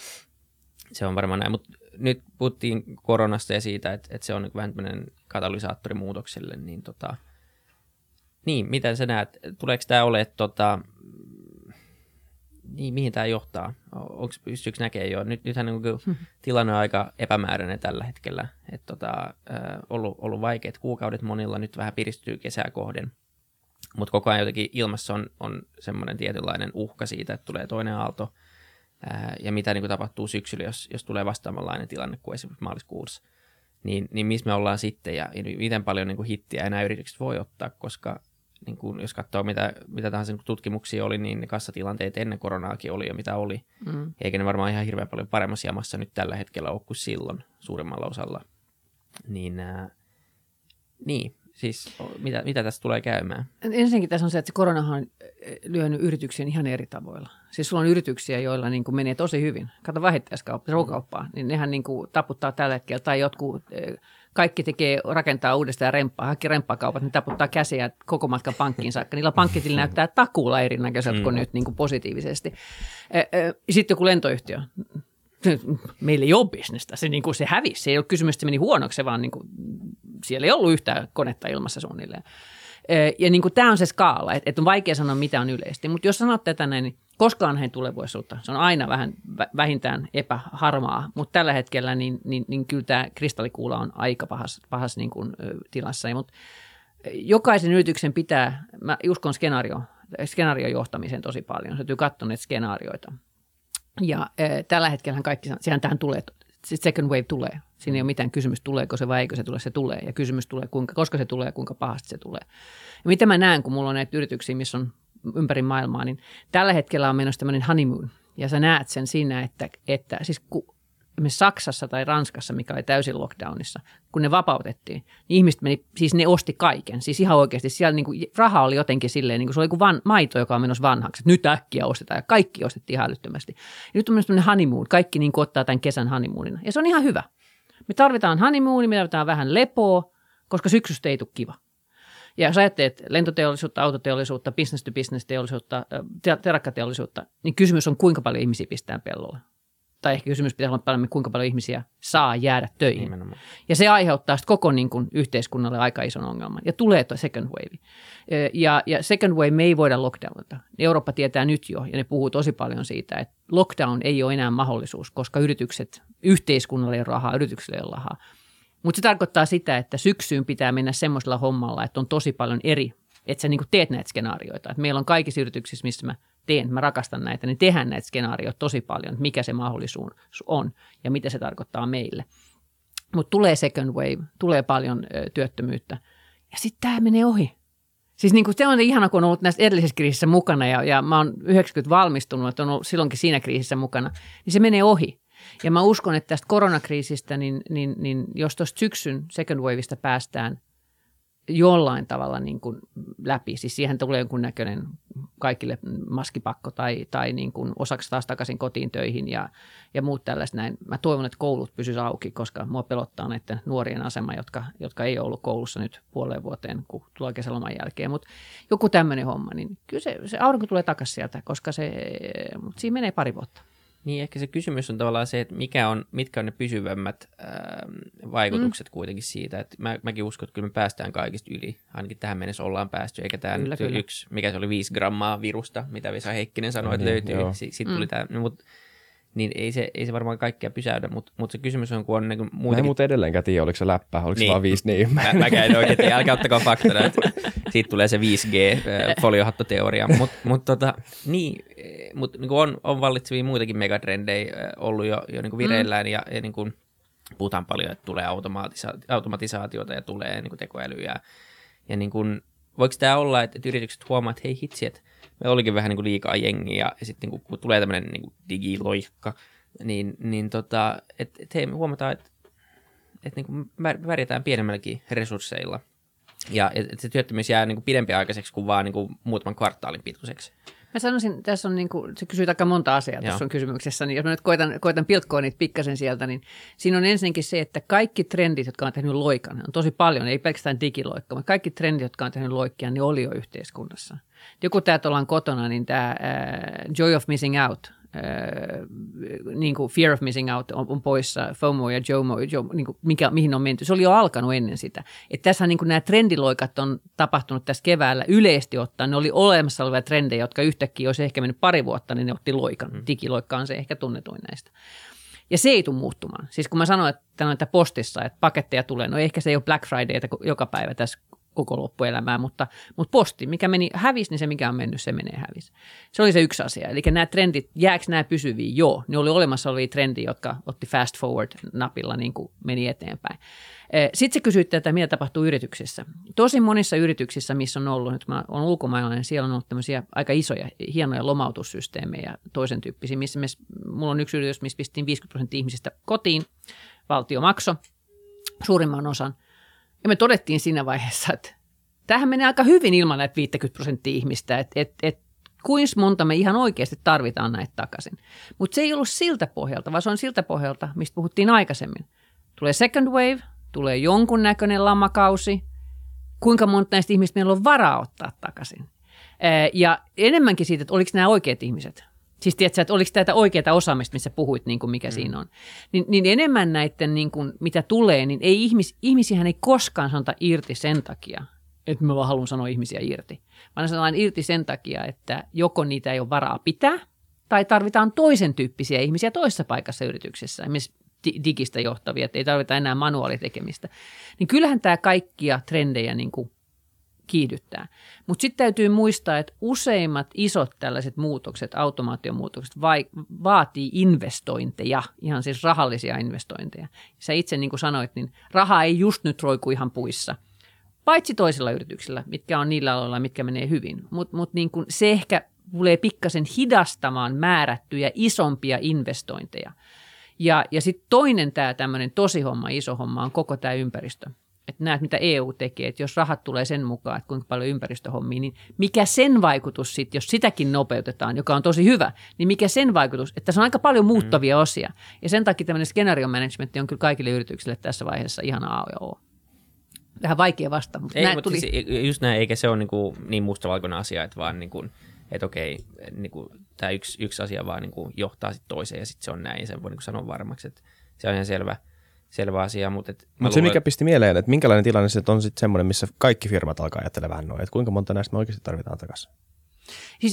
se on varmaan näin. Mutta nyt puhuttiin koronasta ja siitä, että se on vähän tämmöinen katalysaattori muutokselle. Niin, miten sä näet? Tuleeko tämä olemaan... Niin, mihin tämä johtaa? Pystyykö näkemään jo? Nythän tilanne on aika epämääräinen tällä hetkellä. Ollut vaikeat kuukaudet monilla, nyt vähän piristyy kesää kohden. Mutta koko ajan jotenkin ilmassa on semmoinen tietynlainen uhka siitä, että tulee toinen aalto. Ja mitä niin kuin tapahtuu syksyllä, jos tulee vastaavanlainen tilanne kuin esimerkiksi maaliskuussa. Niin missä me ollaan sitten ja miten paljon niin kuin hittiä enää yritykset voi ottaa, koska... Niin kuin, jos katsoo, mitä tahansa tutkimuksia oli, niin ne kassatilanteet ennen koronaakin oli jo mitä oli. Eikä ne varmaan ihan hirveän paljon paremmassa jamassa nyt tällä hetkellä ole kuin silloin suurimmalla osalla. Niin, siis mitä tässä tulee käymään? Ensinnäkin tässä on se, että se koronahan on lyönyt yrityksiä ihan eri tavoilla. Siis sulla on yrityksiä, joilla niin kuin menee tosi hyvin. Kato vähittäiskauppaa, ruokakauppaa, niin nehän niin kuin taputtaa tällä hetkellä. Tai jotkut, kaikki rakentaa uudestaan remppaa, hakki remppakaupat, ne taputtaa käsiä koko matkan pankkiin saakka. Niillä pankkitilillä näyttää takuulla erinäköiseltä kuin nyt niin kuin positiivisesti. Sitten joku lentoyhtiö. Meillä ei ole bisnestä. Se hävisi. Se ei ole kysymys, että se meni huonoksi, se vaan niin kuin, siellä ei ollut yhtään konetta ilmassa suunnilleen. Ja niin kuin, tämä on se skaala, että on vaikea sanoa, mitä on yleisesti. Mutta jos sanot tätä näin, niin koskaan ei tulevaisuutta. Se on aina vähän vähintään epäharmaa, mutta tällä hetkellä niin kyllä tämä kristallikuula on aika pahassa niin kuin, tilassa. Mutta jokaisen yrityksen pitää, mä uskon skenaariojohtamiseen tosi paljon. Se täytyy katsoa näitä skenaarioita. Ja tällä hetkellä kaikki, sehän tähän tulee, second wave tulee. Siinä ei ole mitään kysymys, tuleeko se vai eikö se tule, se tulee. Ja kysymys tulee, koska se tulee ja kuinka pahasti se tulee. Ja mitä mä näen, kun mulla on näitä yrityksiä, missä on ympäri maailmaa, niin tällä hetkellä on menossa tämmöinen honeymoon. Ja sä näet sen siinä, että siis Saksassa tai Ranskassa, mikä oli täysin lockdownissa, kun ne vapautettiin, niin ihmiset meni, siis ne osti kaiken. Siis ihan oikeasti siellä niin kuin, raha oli jotenkin silleen, niin kuin se oli kuin maito, joka on menossa vanhaksi. Nyt äkkiä ostetaan ja kaikki ostettiin ihan älyttömästi. Ja nyt on myös tämmöinen honeymoon. Kaikki niin kuin ottaa tämän kesän honeymoonina. Ja se on ihan hyvä. Me tarvitaan honeymoon, me tarvitaan vähän lepoa, koska syksystä ei tule kiva. Ja jos ajattelet lentoteollisuutta, autoteollisuutta, business-to-business-teollisuutta, terakkateollisuutta, niin kysymys on, kuinka paljon ihmisiä pistää pellolle. tai ehkä kysymys pitäisi olla paljon, kuinka paljon ihmisiä saa jäädä töihin. Nimenomaan. Ja se aiheuttaa sitten koko niin kuin yhteiskunnalle aika ison ongelman. Ja tulee tuo second wave. Ja second wave me ei voida lockdownata. Eurooppa tietää nyt jo, ja ne puhuu tosi paljon siitä, että lockdown ei ole enää mahdollisuus, koska yhteiskunnalle ei ole rahaa, yrityksille ei ole rahaa. Mutta se tarkoittaa sitä, että syksyyn pitää mennä semmoisella hommalla, että on tosi paljon että sä niin kuin teet näitä skenaarioita. Että meillä on kaikissa yrityksissä, missä mä rakastan näitä, niin tehdään näitä skenaarioita tosi paljon, että mikä se mahdollisuus on ja mitä se tarkoittaa meille. Mutta tulee second wave, tulee paljon työttömyyttä ja sitten tämä menee ohi. Siis niin kuin se on ihana, kun on ollut näissä edellisessä kriisissä mukana ja mä oon 90 valmistunut, että on ollut silloinkin siinä kriisissä mukana, niin se menee ohi. Ja mä uskon, että tästä koronakriisistä, niin jos tuosta syksyn second waveista päästään jollain tavalla niin kuin läpi, siis siihen tulee jonkunnäköinen kaikille maskipakko tai niin kuin osaksi taas takaisin kotiin töihin ja muut tällaiset näin. Mä toivon, että koulut pysyisivät auki, koska mua pelottaa näiden nuorien asema, jotka ei ole ollut koulussa nyt puoleen vuoteen, kun tulee kesäloman jälkeen. Mutta joku tämmöinen homma, niin kyllä se aurinko tulee takaisin sieltä, koska mutta siinä menee pari vuotta. Niin, ehkä se kysymys on tavallaan se, että mitkä on ne pysyvämmät vaikutukset kuitenkin siitä, että mäkin uskon, että kyllä me päästään kaikista yli, ainakin tähän mennessä ollaan päästy, eikä tämä nyt yksi, mikä se oli 5 grammaa virusta, mitä Vesa Heikkinen sanoi, että löytyy, sitten tuli tämä, niin ei se varmaan kaikkea pysäydä, mutta se kysymys on, kun on niin muutenkin... Mä en muuten edelleenkään tiedä, oliko se läppä, oliko se vaan 5 niin. Mäkään en oikein tiedä, älkää ottakaa faktana, että siitä tulee se 5G-foliohattoteoria, mutta niin kuin on vallitsevia muitakin megatrendejä ollut jo niin kuin vireillään ja niin kuin puhutaan paljon, että tulee automatisaatiota ja tulee niin kuin tekoälyä ja niin kuin, voiko tämä olla, että yritykset huomaa, että hei hitsi, että me olikin vähän niin kuin liikaa jengiä ja sitten niin kun tulee tämmöinen niin kuin digiloikka, että hei, me huomataan, että niin kuin värjätään pienemmälläkin resursseilla ja että se työttömyys jää niin kuin pidempiaikaiseksi kuin vaan niin kuin muutaman kvartaalin pituiseksi. Mä sanoisin, tässä on niin kuin, se kysyy aika monta asiaa tuossa on kysymyksessä, niin jos mä nyt koitan pilkkoa niitä pikkasen sieltä, niin siinä on ensinnäkin se, että kaikki trendit, jotka on tehnyt loikan, on tosi paljon, ei pelkästään digiloikka, mutta kaikki trendit, jotka on tehnyt loikkia, niin oli jo yhteiskunnassa. Joku tämä, että ollaan kotona, niin tämä joy of missing out, niin kuin fear of missing out on poissa, FOMO ja JOMO, niin kuin mihin on menty. Se oli jo alkanut ennen sitä. Että tässä niin kuin nämä trendiloikat on tapahtunut tässä keväällä yleisesti ottaen. Ne oli olemassa olevia trendejä, jotka yhtäkkiä olisi ehkä mennyt pari vuotta, niin ne otti loikan. Digiloikka on se ehkä tunnetuin näistä. Ja se ei tule muuttumaan. Siis kun mä sanoin, että postissa, että paketteja tulee, no ehkä se ei ole Black Fridayta joka päivä tässä koko loppuelämää, mutta posti, mikä hävisi, niin se mikä on mennyt, se menee hävisi. Se oli se yksi asia. Eli nämä trendit, jääkö nämä pysyviä? Joo, ne oli olemassa olevia trendiä, jotka otti fast forward-napilla, niin kuin meni eteenpäin. Sitten se kysyit, että mitä tapahtuu yrityksissä. Tosi monissa yrityksissä, missä on ollut, nyt mä olen ulkomailla, niin siellä on ollut tämmöisiä aika isoja, hienoja lomautussysteemejä toisen tyyppisiä, missä mulla on yksi yritys, missä pistiin 50% ihmisistä kotiin, valtio maksoi suurimman osan. Ja me todettiin siinä vaiheessa, että tämähän menee aika hyvin ilman näitä 50% ihmistä, että kuinka monta me ihan oikeasti tarvitaan näitä takaisin. Mutta se ei ollut siltä pohjalta, vaan se on siltä pohjalta, mistä puhuttiin aikaisemmin. Tulee second wave, tulee jonkunnäköinen lamakausi, kuinka monta näistä ihmistä meillä on varaa ottaa takaisin. Ja enemmänkin siitä, että oliko nämä oikeat ihmiset. Siis tiedätkö, että oliko tätä oikeaa osaamista, missä puhuit, niin kuin mikä siinä on. Niin enemmän näiden, niin kuin, mitä tulee, niin ihmisiähän ei koskaan sanota irti sen takia, että mä vaan haluan sanoa ihmisiä irti. Vaan sanotaan irti sen takia, että joko niitä ei ole varaa pitää, tai tarvitaan toisen tyyppisiä ihmisiä toisessa paikassa yrityksessä, esimerkiksi digistä johtavia, että ei tarvita enää manuaalitekemistä. Niin kyllähän tämä kaikkia trendejä niin kuin kiihdyttää. Mutta sitten täytyy muistaa, että useimmat isot tällaiset muutokset, automaatiomuutokset vaatii investointeja, ihan siis rahallisia investointeja. Sä itse niin kuin sanoit, niin raha ei just nyt roiku ihan puissa, paitsi toisilla yrityksillä, mitkä on niillä aloilla, mitkä menee hyvin. Mutta niin kuin se ehkä tulee pikkasen hidastamaan määrättyjä isompia investointeja. Ja sitten toinen tämä tämmöinen tosi homma, iso homma on koko tämä ympäristö. Että näet, mitä EU tekee, että jos rahat tulee sen mukaan, että kuinka paljon ympäristöhommia, niin mikä sen vaikutus sitten, jos sitäkin nopeutetaan, joka on tosi hyvä, niin mikä sen vaikutus, että se on aika paljon muuttavia osia. Ja sen takia tämmöinen scenario management on kyllä kaikille yrityksille tässä vaiheessa ihan A ja O. Vähän vaikea vasta. Mutta just näin, eikä se ole niin mustavalkoinen asia, että vaan niin kuin, että okei, niin kuin, tämä yksi asia vaan niin kuin johtaa sitten toiseen ja sitten se on näin ja sen voi niin kuin sanoa varmaksi, että se on ihan selvä asia. Mutta se mikä pisti mieleen, että minkälainen tilanne se on sitten semmoinen, missä kaikki firmat alkaa ajattelemaan vähän noin, että kuinka monta näistä me oikeasti tarvitaan takaisin? Siis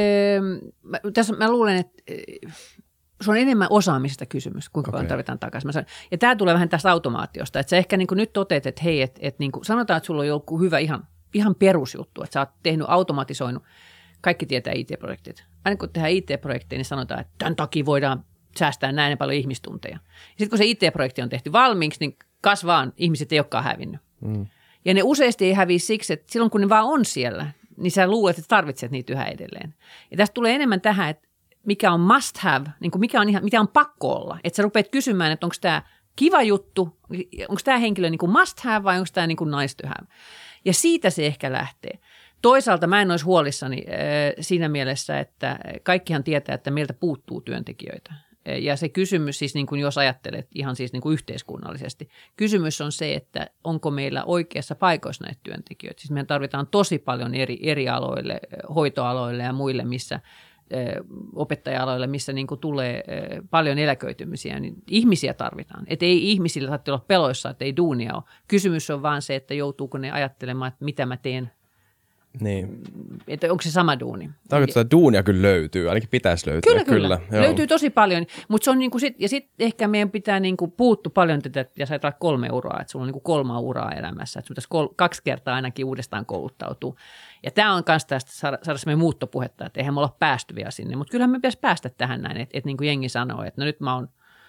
tässä mä luulen, että se on enemmän osaamisesta kysymys, kuinka paljon tarvitaan takaisin. Ja tämä tulee vähän tästä automaatiosta, että sä ehkä niin kuin nyt toteat, että hei, että niin kuin sanotaan, että sulla on joku hyvä ihan perusjuttu, että sä oot tehnyt, automatisoinut, kaikki tietää IT-projektit. Aina kun tehdään IT-projekteja, niin sanotaan, että tämän takia voidaan säästää näin paljon ihmistunteja. Ja sitten kun se IT-projekti on tehty valmiiksi, niin kasvaan ihmiset ei olekaan hävinnyt. Ja ne useasti ei häviä siksi, että silloin kun ne vaan on siellä, niin sä luulet, että tarvitset niitä yhä edelleen. Ja tästä tulee enemmän tähän, että mikä on must have, niin kuin mitä on pakko olla. Että sä rupeat kysymään, että onko tämä kiva juttu, onko tämä henkilö niin kuin must have vai onko tämä niin kuin nice to have. Ja siitä se ehkä lähtee. Toisaalta mä en olisi huolissani siinä mielessä, että kaikkihan tietää, että meiltä puuttuu työntekijöitä. Ja se kysymys siis, niin kuin jos ajattelet ihan siis niin kuin yhteiskunnallisesti, kysymys on se, että onko meillä oikeassa paikoissa näitä työntekijöitä. Siis meidän tarvitaan tosi paljon eri aloille, hoitoaloille ja muille, missä opettaja-aloille, missä niin kuin tulee paljon eläköitymisiä, niin ihmisiä tarvitaan. Että ei ihmisillä tarvitse olla peloissa, että ei duunia ole. Kysymys on vaan se, että joutuuko ne ajattelemaan, että mitä mä teen. Niin. Että onko se sama duuni. Tarkoittaa, että duunia kyllä löytyy, ainakin pitäisi löytyä. Kyllä. Löytyy tosi paljon, mutta se on niinku ja sitten ehkä meidän pitää niinku puuttua paljon tätä, ja sä ajatellaan 3 uraa, että sulla on niinku 3 uraa elämässä, että sun pitäisi 2 kertaa ainakin uudestaan kouluttautua. Ja tämä on myös tästä saada semmoinen muuttopuhetta, että eihän me olla päästy vielä sinne, mutta kyllähän me pitäisi päästä tähän näin, että niin kuin jengi sanoo, että no nyt mä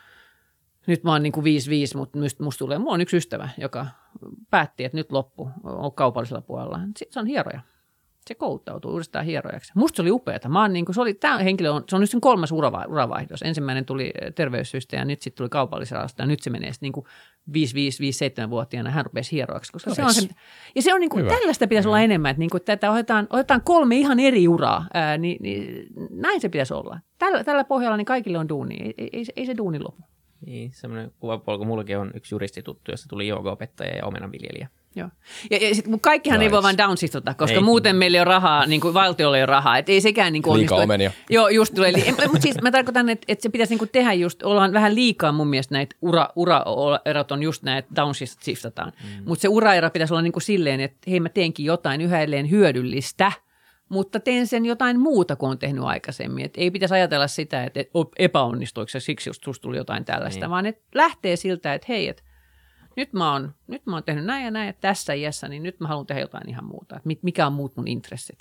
oon niin kuin 5-5, mutta mulla on yksi ystävä, joka päätti, että nyt loppu on kaupallisella puolella. Se on hieroja. Se kouluttautuu uudestaan hierojaksi. Musta se oli upeata. Tämä henkilö se on nyt sen 3. uravaihdos. Ensimmäinen tuli terveyssyistä ja nyt sitten tuli kaupallisella alasta. Ja nyt se menee niin kuin 5-7-vuotiaana. Hän rupesi hierojaksi. Koska se on ja se on niin kuin, tällaista pitäisi olla enemmän. Että, niin kuin, että otetaan 3 ihan eri uraa. Niin, näin se pitäisi olla. Tällä pohjalla niin kaikille on duuni. Ei se duuni lopu. Niin, semmoinen kuvapolku. Mullakin on yksi juristituttu, jossa tuli joogaopettaja ja omenanviljelijä. Joo. Ja sitten kaikkihan ei voi vaan downshiftata, koska muuten meillä ei ole rahaa, niin kuin valtiolla ei ole rahaa. Että ei sekään niin kuin onnistu. Liikaa omenia. Joo, just tulee. Mutta siis mä tarkoitan, että se pitäisi niin kuin tehdä just, ollaan vähän liikaa mun mielestä näitä uraerot on just näitä downshiftataan. Mutta se uraero pitäisi olla niin kuin silleen, että hei mä teenkin jotain yhä edelleen hyödyllistä, mutta teen sen jotain muuta kuin on tehnyt aikaisemmin. Et ei pitäisi ajatella sitä, että epäonnistuiko se siksi, just susta tuli jotain tällaista, vaan että lähtee siltä, että hei, että nyt mä oon tehnyt näin ja näin, että tässä iässä, niin nyt mä haluan tehdä jotain ihan muuta. Että mikä on muut mun intressit?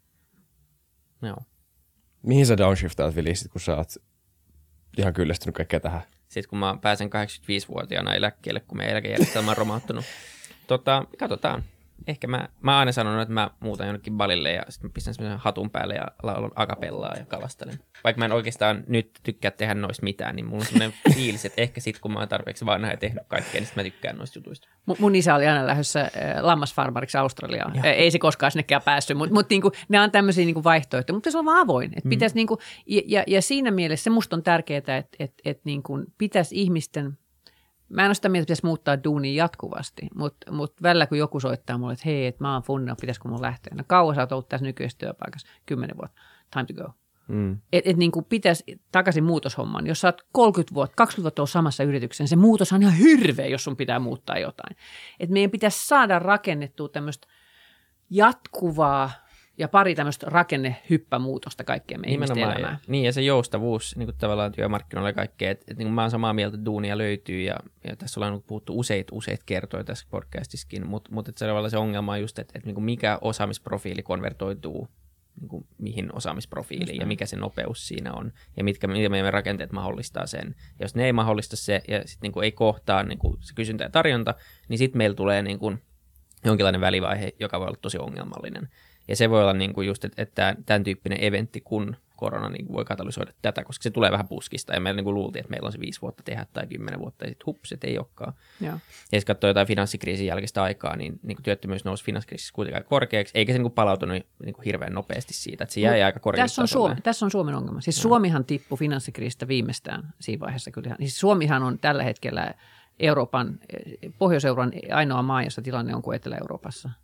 Joo. Mihin sä downshiftaat, Vili, kun sä oot ihan kyllästynyt kaikkea tähän? Sitten kun mä pääsen 85-vuotiaana eläkkeelle, kun meidän eläkejärjestelmä on romahtunut. Katsotaan. Ehkä mä aina sanonut, että mä muutan jonnekin Balille ja sitten mä pistän semmoisen hatun päälle ja laulan akapellaa ja kalastelen. Vaikka mä en oikeastaan nyt tykkää tehdä noista mitään, niin mulla on semmoinen fiilis, että ehkä sitten kun mä oon tarpeeksi vanha ja tehnyt kaikkea, niin sitten mä tykkään noista jutuista. Mun isä oli aina lähdössä lammasfarmariksi Australiaan. Ei se koskaan sinnekään päässyt, mutta niinku, ne on tämmöisiä niinku vaihtoehtoja. Mutta se on vaan avoin. Et pitäisi niinku, ja siinä mielessä se musta on tärkeää, että niinku, pitäisi ihmisten... Mä en ole sitä mieltä, että pitäisi muuttaa duunia jatkuvasti, mutta välillä kun joku soittaa mulle, että hei, että mä oon funna, pitäisikö mun lähteä? No kauan sä oot ollut tässä nykyisessä työpaikassa, 10 vuotta, time to go. Että niin kuin pitäisi takaisin muutoshomman. Jos sä oot 30 vuotta, 20 vuotta ollut samassa yrityksessä, niin se muutos on ihan hirveä, jos sun pitää muuttaa jotain. Että meidän pitäisi saada rakennettua tämmöistä jatkuvaa ja pari tämmöistä rakennehyppämuutosta kaikkeen meidän ihmisten elämään. Niin, ja se joustavuus niin kuin tavallaan työmarkkinoilla ja kaikkea. Että niin kuin mä oon samaa mieltä, että duunia löytyy, ja tässä ollaan puhuttu useita kertoja tässä podcastissakin, mutta se ongelma on just, että niin kuin mikä osaamisprofiili konvertoituu niin kuin mihin osaamisprofiiliin ja mikä se nopeus siinä on ja mitä meidän rakenteet mahdollistaa sen. Ja jos ne ei mahdollista se ja sitten niin kuin ei kohtaa niin kuin se kysyntä ja tarjonta, niin sitten meillä tulee niin kuin jonkinlainen välivaihe, joka voi olla tosi ongelmallinen. Ja se voi olla niin kuin just, että tämän tyyppinen eventti, kun korona niin voi katalysoida tätä, koska se tulee vähän puskista. Ja me niin kuin luultiin, että meillä on se 5 vuotta tehdä tai 10 vuotta, ja sitten hups, et ei olekaan. Ja jos katsoo jotain finanssikriisin jälkeistä aikaa, niin kuin työttömyys nousi finanssikriisissä kuitenkaan korkeaksi, eikä se niin kuin palautunut niin kuin hirveän nopeasti siitä, että se jäi aika korkealle. Tässä on Suomen ongelma. Siis Suomihan tippui finanssikriisistä viimeistään siinä vaiheessa. Kyllä. Siis Suomihan on tällä hetkellä Pohjois-Euroopan ainoa maa, jossa tilanne on kuin Etelä-Euroopassa.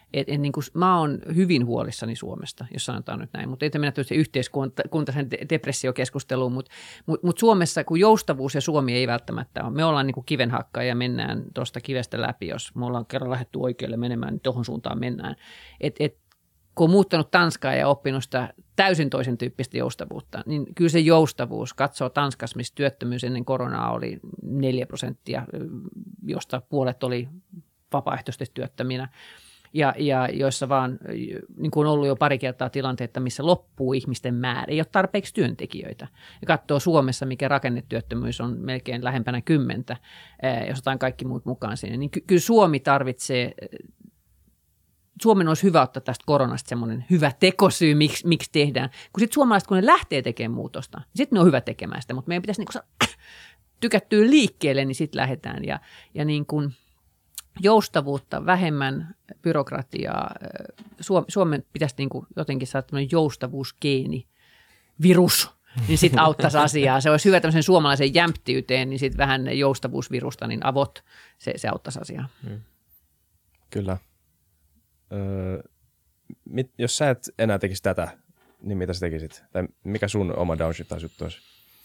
Niin kuin, mä oon hyvin huolissani Suomesta, jos sanotaan nyt näin, mutta ei mennä tietysti yhteiskuntaisen depressiokeskusteluun, mutta Suomessa, kun joustavuus ja Suomi ei välttämättä ole, me ollaan niin kuin kivenhakkaa ja mennään tuosta kivestä läpi, jos me ollaan kerran lähdetty oikealle menemään, niin tohon suuntaan mennään. Kun on muuttanut Tanskaa ja oppinut sitä täysin toisen tyyppistä joustavuutta, niin kyllä se joustavuus katsoo Tanskassa, missä työttömyys ennen koronaa oli 4%, josta puolet oli vapaaehtoisesti työttöminä. Ja joissa vaan niin kuin on ollut jo pari kertaa tilanteita, missä loppuu ihmisten määrä, ei ole tarpeeksi työntekijöitä. Ja katsoo Suomessa, mikä rakennetyöttömyys on melkein lähempänä 10, jos otetaan kaikki muut mukaan sinne, niin kyllä Suomi tarvitsee. Suomen olisi hyvä ottaa tästä koronasta semmoinen hyvä tekosyy, miksi tehdään. Kun sitten suomalaiset, kun ne lähtee tekemään muutosta, niin sitten ne on hyvä tekemään sitä, mutta meidän pitäisi niin tykättyä liikkeelle, niin sitten lähdetään. Ja niin kuin joustavuutta, vähemmän byrokratiaa. Suomen pitäisi niin kuin jotenkin saada tämmöinen joustavuusgeeni, virus, niin sitten auttaisi asiaa. Se olisi hyvä tämmöisen suomalaisen jämptiyteen, niin sitten vähän joustavuusvirusta, niin avot, se auttaisi asiaa. Kyllä. Jos sä et enää tekisi tätä, niin mitä sä tekisit? Tai mikä sun oma downshiftausjuttu olisi?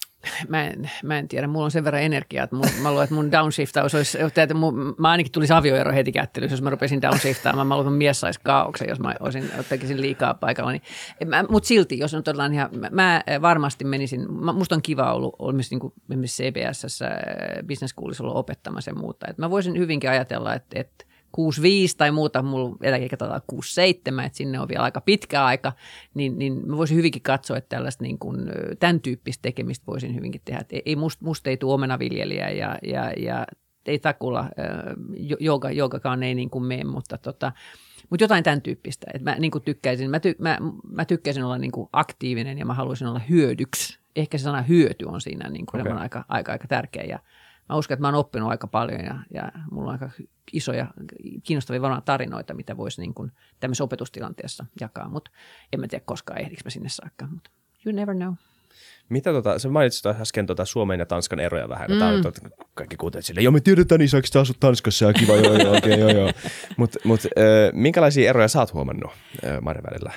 Mä en tiedä, mulla on sen verran energiaa, että mä luulen, että mun downshiftaus olisi, että mä ainakin tulisi avioero heti kättelyssä, jos mä rupesin downshiftaamaan. Mä luulen, että mies saisi kaauksen, jos mä tekisin liikaa paikalla. Mutta silti, jos nyt ollaan ihan, mä varmasti menisin, musta on kiva ollut myös niin kuin CBS:ssä, Business Schoolissa ollut opettamassa ja muuta. Et mä voisin hyvinkin ajatella, että 6-5 tai muuta, mulla eläkeikä taitaa 6-7, että sinne on vielä aika pitkä aika, niin mä voisin hyvinkin katsoa, että tällaista niin kuin, tämän tyyppistä tekemistä voisin hyvinkin tehdä. Että ei musta ei tule omenaviljelijä ja ei takulla, joogakaan ei niin kuin mene, mutta jotain tämän tyyppistä. Että mä niin kuin tykkäisin, mä tykkäisin olla niin kuin aktiivinen ja mä haluaisin olla hyödyksi. Ehkä se sana hyöty on siinä niin kuin aika tärkeä ja mä uskon, että mä oon oppinut aika paljon ja mulla on aika isoja, kiinnostavia varmaan tarinoita, mitä voisi niin kuin tämmöisessä opetustilanteessa jakaa, mutta en mä tiedä koskaan ehdikö mä sinne saakka, mutta you never know. Mitä sä mainitsit äsken Suomen ja Tanskan eroja vähän, kaikki kuuntelevat silleen, joo me tiedetään isäksi, sä asut Tanskassa ja kiva, joo. Mutta minkälaisia eroja sä oot huomannut maiden välillä?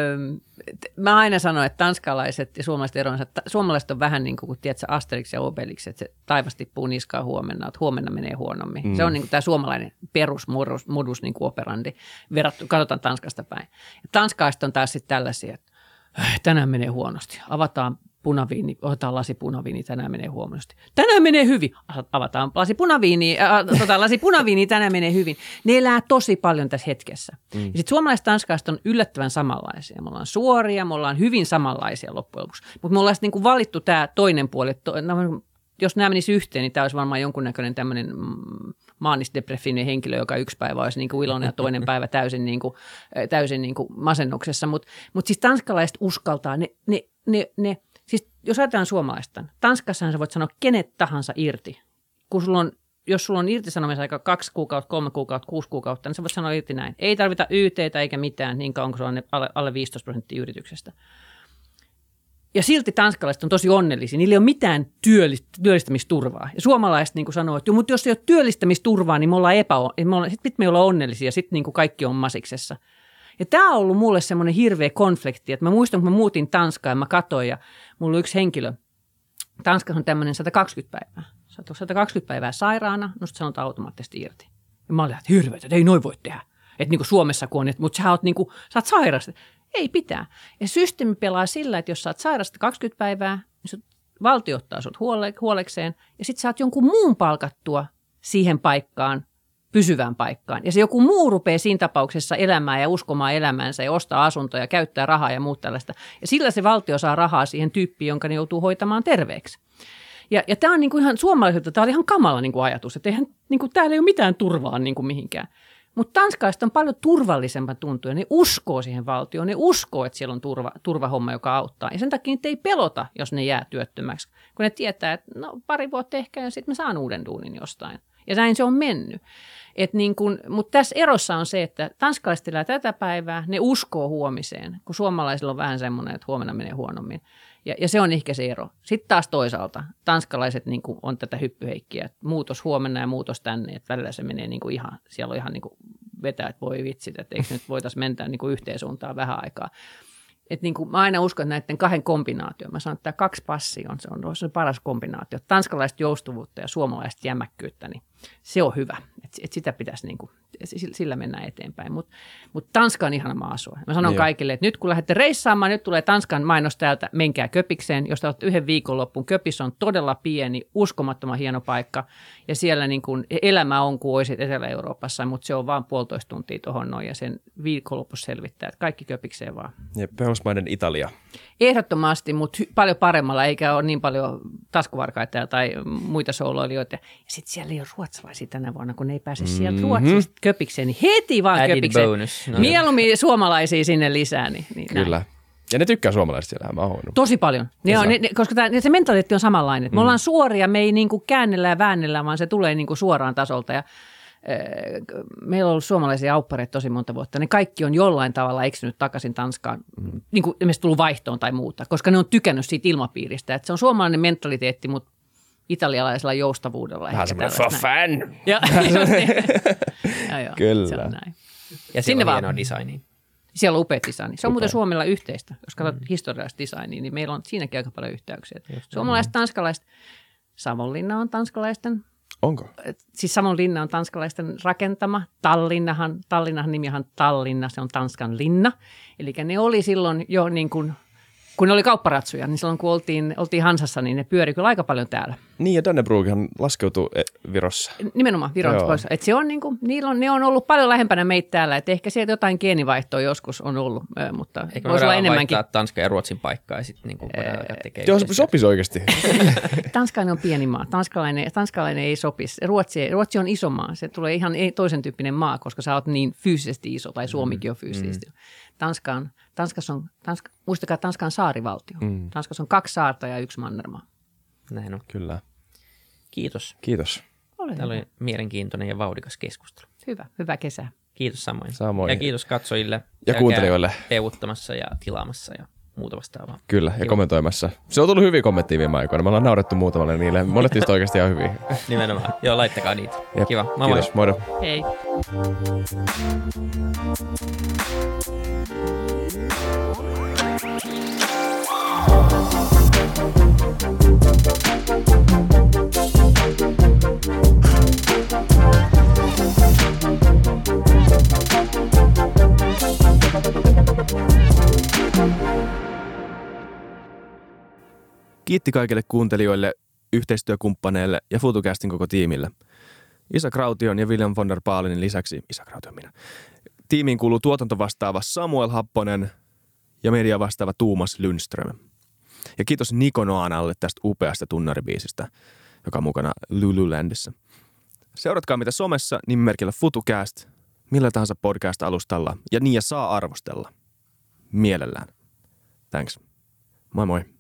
Mä aina sanon, että tanskalaiset ja suomalaiset eronsa, suomalaiset on vähän niin kuin tiedätkö, Asterix ja Obelix, että se taivas tippuu niskaan huomenna, että huomenna menee huonommin. Se on niin kuin tämä suomalainen perusmodus niin kuin operandi, katsotaan Tanskasta päin. Ja tanskalaiset on taas sitten tällaisia, että tänään menee huonosti, otetaan lasi punaviini, tänään menee huonosti. Tänään menee hyvin, avataan lasi punaviini, tänään menee hyvin. Ne elää tosi paljon tässä hetkessä. Ja sitten suomalaiset tanskalaiset on yllättävän samanlaisia. Me ollaan suoria, me ollaan hyvin samanlaisia loppujen lopuksi. Mutta me ollaan sitten niinku valittu tämä toinen puoli. Jos nämä menisi yhteen, niin tämä olisi varmaan jonkunnäköinen tämmöinen maanisdepressiivinen henkilö, joka yksi päivä olisi niin kuin iloinen ja toinen päivä täysin niin kuin masennuksessa. Mutta siis tanskalaiset uskaltaa, siis jos ajatellaan suomalaista, Tanskassahan sä voit sanoa kenet tahansa irti. Jos sulla on irtisanomisaika 2 kuukautta, 3 kuukautta, 6 kuukautta, niin sä voit sanoa irti näin. Ei tarvita YT:tä eikä mitään, niin kauan kuin se on alle 15% yrityksestä. Ja silti tanskalaiset on tosi onnellisia. Niillä ei ole mitään työllistämisturvaa. Ja suomalaiset niin kuin sanoo, että mutta jos ei ole työllistämisturvaa, niin me ollaan sitten me ollaan onnellisia, sitten niin kuin kaikki on masiksessa. Ja tämä on ollut mulle semmoinen hirveä konflikti, että mä muistan, kun mä muutin Tanskaan ja mä katsoin ja mulla oli yksi henkilö. Tanskassa on tämmöinen 120 päivää. Sä oot 120 päivää sairaana, no sitten sanotaan automaattisesti irti. Ja mä olin, että hirveetä, että ei noin voi tehdä. Että niin kuin Suomessa kun on, mutta sä oot sairas. Ei pitää. Ja systeemi pelaa sillä, että jos sä oot sairasta 20 päivää, niin valtio ottaa sut huolekseen ja sitten sä oot jonkun muun palkattua siihen paikkaan, pysyvään paikkaan. Ja se joku muu rupeaa siinä tapauksessa elämään ja uskomaan elämäänsä ja ostaa asuntoja, käyttää rahaa ja muuta tällaista. Ja sillä se valtio saa rahaa siihen tyyppiin, jonka ne joutuu hoitamaan terveeksi. Ja tämä on niinku ihan suomalaisilta, tämä oli ihan kamala niinku ajatus, että eihän, niinku, täällä ei ole mitään turvaa niinku mihinkään. Mutta tanskalaiset on paljon turvallisempaa tuntua. Ne uskoo siihen valtioon, ne uskoo, että siellä on turvahomma, joka auttaa. Ja sen takia niitä ei pelota, jos ne jää työttömäksi, kun ne tietää, että no 2 vuotta ehkä ja sitten mä saan uuden duunin jostain. Ja näin se on mennyt. Mutta tässä erossa on se, että tanskalaiset elää tätä päivää, ne uskoo huomiseen, kun suomalaisilla on vähän semmoinen, että huomenna menee huonommin. Ja se on ehkä se ero. Sitten taas toisaalta tanskalaiset niin kuin on tätä hyppyheikkiä, että muutos huomenna ja muutos tänne, että välillä se menee niin kuin ihan, siellä on ihan niin kuin vetää, että voi vitsit, että eikö nyt voitaisiin mennä niin kuin yhteen suuntaan vähän aikaa. Että niin kuin mä aina uskon, että näiden kahden kombinaatio, mä sanon, että tämä 2 passia on se paras kombinaatio. Tanskalaista joustavuutta ja suomalaista jämäkkyyttä, niin se on hyvä. Että sitä pitäisi, niin kuin, sillä mennään eteenpäin. Mutta Tanska on ihana maa asua. Mä sanon kaikille, että nyt kun lähdette reissaamaan, nyt tulee Tanskan mainos täältä, menkää Köpikseen. Jos te olette yhden viikonloppuun, Köpis on todella pieni, uskomattoman hieno paikka. Ja siellä niin kuin elämä on kuin olisit Etelä-Euroopassa, mutta se on vaan 1,5 tuntia tuohon noin ja sen viikonlopussa selvittää. Että kaikki Köpikseen vaan. Ja pohjoismainen Italia. Ehdottomasti, mutta paljon paremmalla, eikä ole niin paljon taskuvarkaita tai muita sooloilijoita. Ja sitten siellä ei ole ruotsalaisia tänä vuonna, kun ne ei pääse sieltä Ruotsista Köpikseen, niin heti vaan Added Köpikseen. bonus. No, Mieluummin suomalaisia sinne lisää. Niin Kyllä. Näin. Ja ne tykkää suomalaisista siellä, mä oon huomannut. Tosi paljon. Koska se mentaliteetti on samanlainen. Me ollaan suoria, me ei niinku käännellä ja väännellä, vaan se tulee niinku suoraan tasolta. Ja meillä on ollut suomalaisia auppareita tosi monta vuotta. Ne kaikki on jollain tavalla eksynyt takaisin Tanskaan, niin kuin esimerkiksi tullut vaihtoon tai muuta, koska ne on tykännyt siitä ilmapiiristä. Että se on suomalainen mentaliteetti, mutta italialaisella joustavuudella. Vähän semmoinen for fan. Joo, Kyllä. Se on näin. ja siellä on hienoa designia. Siellä on upea designi. Se on muuten Suomella yhteistä. Jos katsot historiallista designia, niin meillä on siinäkin aika paljon yhteyksiä. Suomalaiset, tanskalaiset, Savonlinna on tanskalaisten. Onko? Siis Savonlinna on tanskalaisten rakentama. Tallinnan nimihan Tallinna, se on Tanskan linna. Eli ne oli silloin jo niin kuin, kun ne oli kaupparatsuja, niin silloin kun oltiin Hansassa, niin ne pyöri kyllä aika paljon täällä. Niin ja Dannebroghan laskeutui Virossa. Nimenomaan Viron pois. Että se on niin kuin, ne on ollut paljon lähempänä meitä täällä, että ehkä sieltä jotain geenivaihtoa joskus on ollut, mutta Eikä voisi olla enemmänkin. vaihtaa Tanskan ja Ruotsin paikkaa ja sitten niin tekee Joo, sopisi oikeasti. Tanskainen on pieni maa. Tanskalainen ei sopisi. Ruotsi on iso maa. Se tulee ihan toisen tyyppinen maa, koska sä oot niin fyysisesti iso, tai Suomikin on fyysisesti. Muistakaa, Tanska on saarivaltio. Tanskassa on 2 saarta ja 1 mannermaa. Näin on. Kyllä. Kiitos. Kiitos. Tämä oli mielenkiintoinen ja vauhdikas keskustelu. Hyvä kesä. Kiitos samoin. Samoin. Ja kiitos katsojille. Ja kuuntelijoille. Peuvuttamassa ja tilaamassa ja muuta vastaavaa. Kyllä, ja kommentoimassa. Se on tullut hyviä kommentteja viime aikoina. Me ollaan naurettu muutamalle niille. Monet niistä oikeasti ihan hyviä. Nimenomaan. Joo, laittakaa niitä. Jep. Kiva. Moi Kiitos. moi. Moro. Hei. Kiitti kaikille kuuntelijoille, yhteistyökumppaneille ja FutuCastin koko tiimille. Isa Kraution ja William von der Baalinin lisäksi, Isa Kraution minä, tiimiin kuuluu tuotantovastaava Samuel Happonen ja media vastaava Tuumas Lundström. Ja kiitos Niko Noanalle tästä upeasta tunnaribiisistä, joka on mukana Lululandissa. Seuratkaa mitä somessa nimimerkillä FutuCast, millä tahansa podcast-alustalla ja niin ja saa arvostella. Mielellään. Thanks. Moi moi.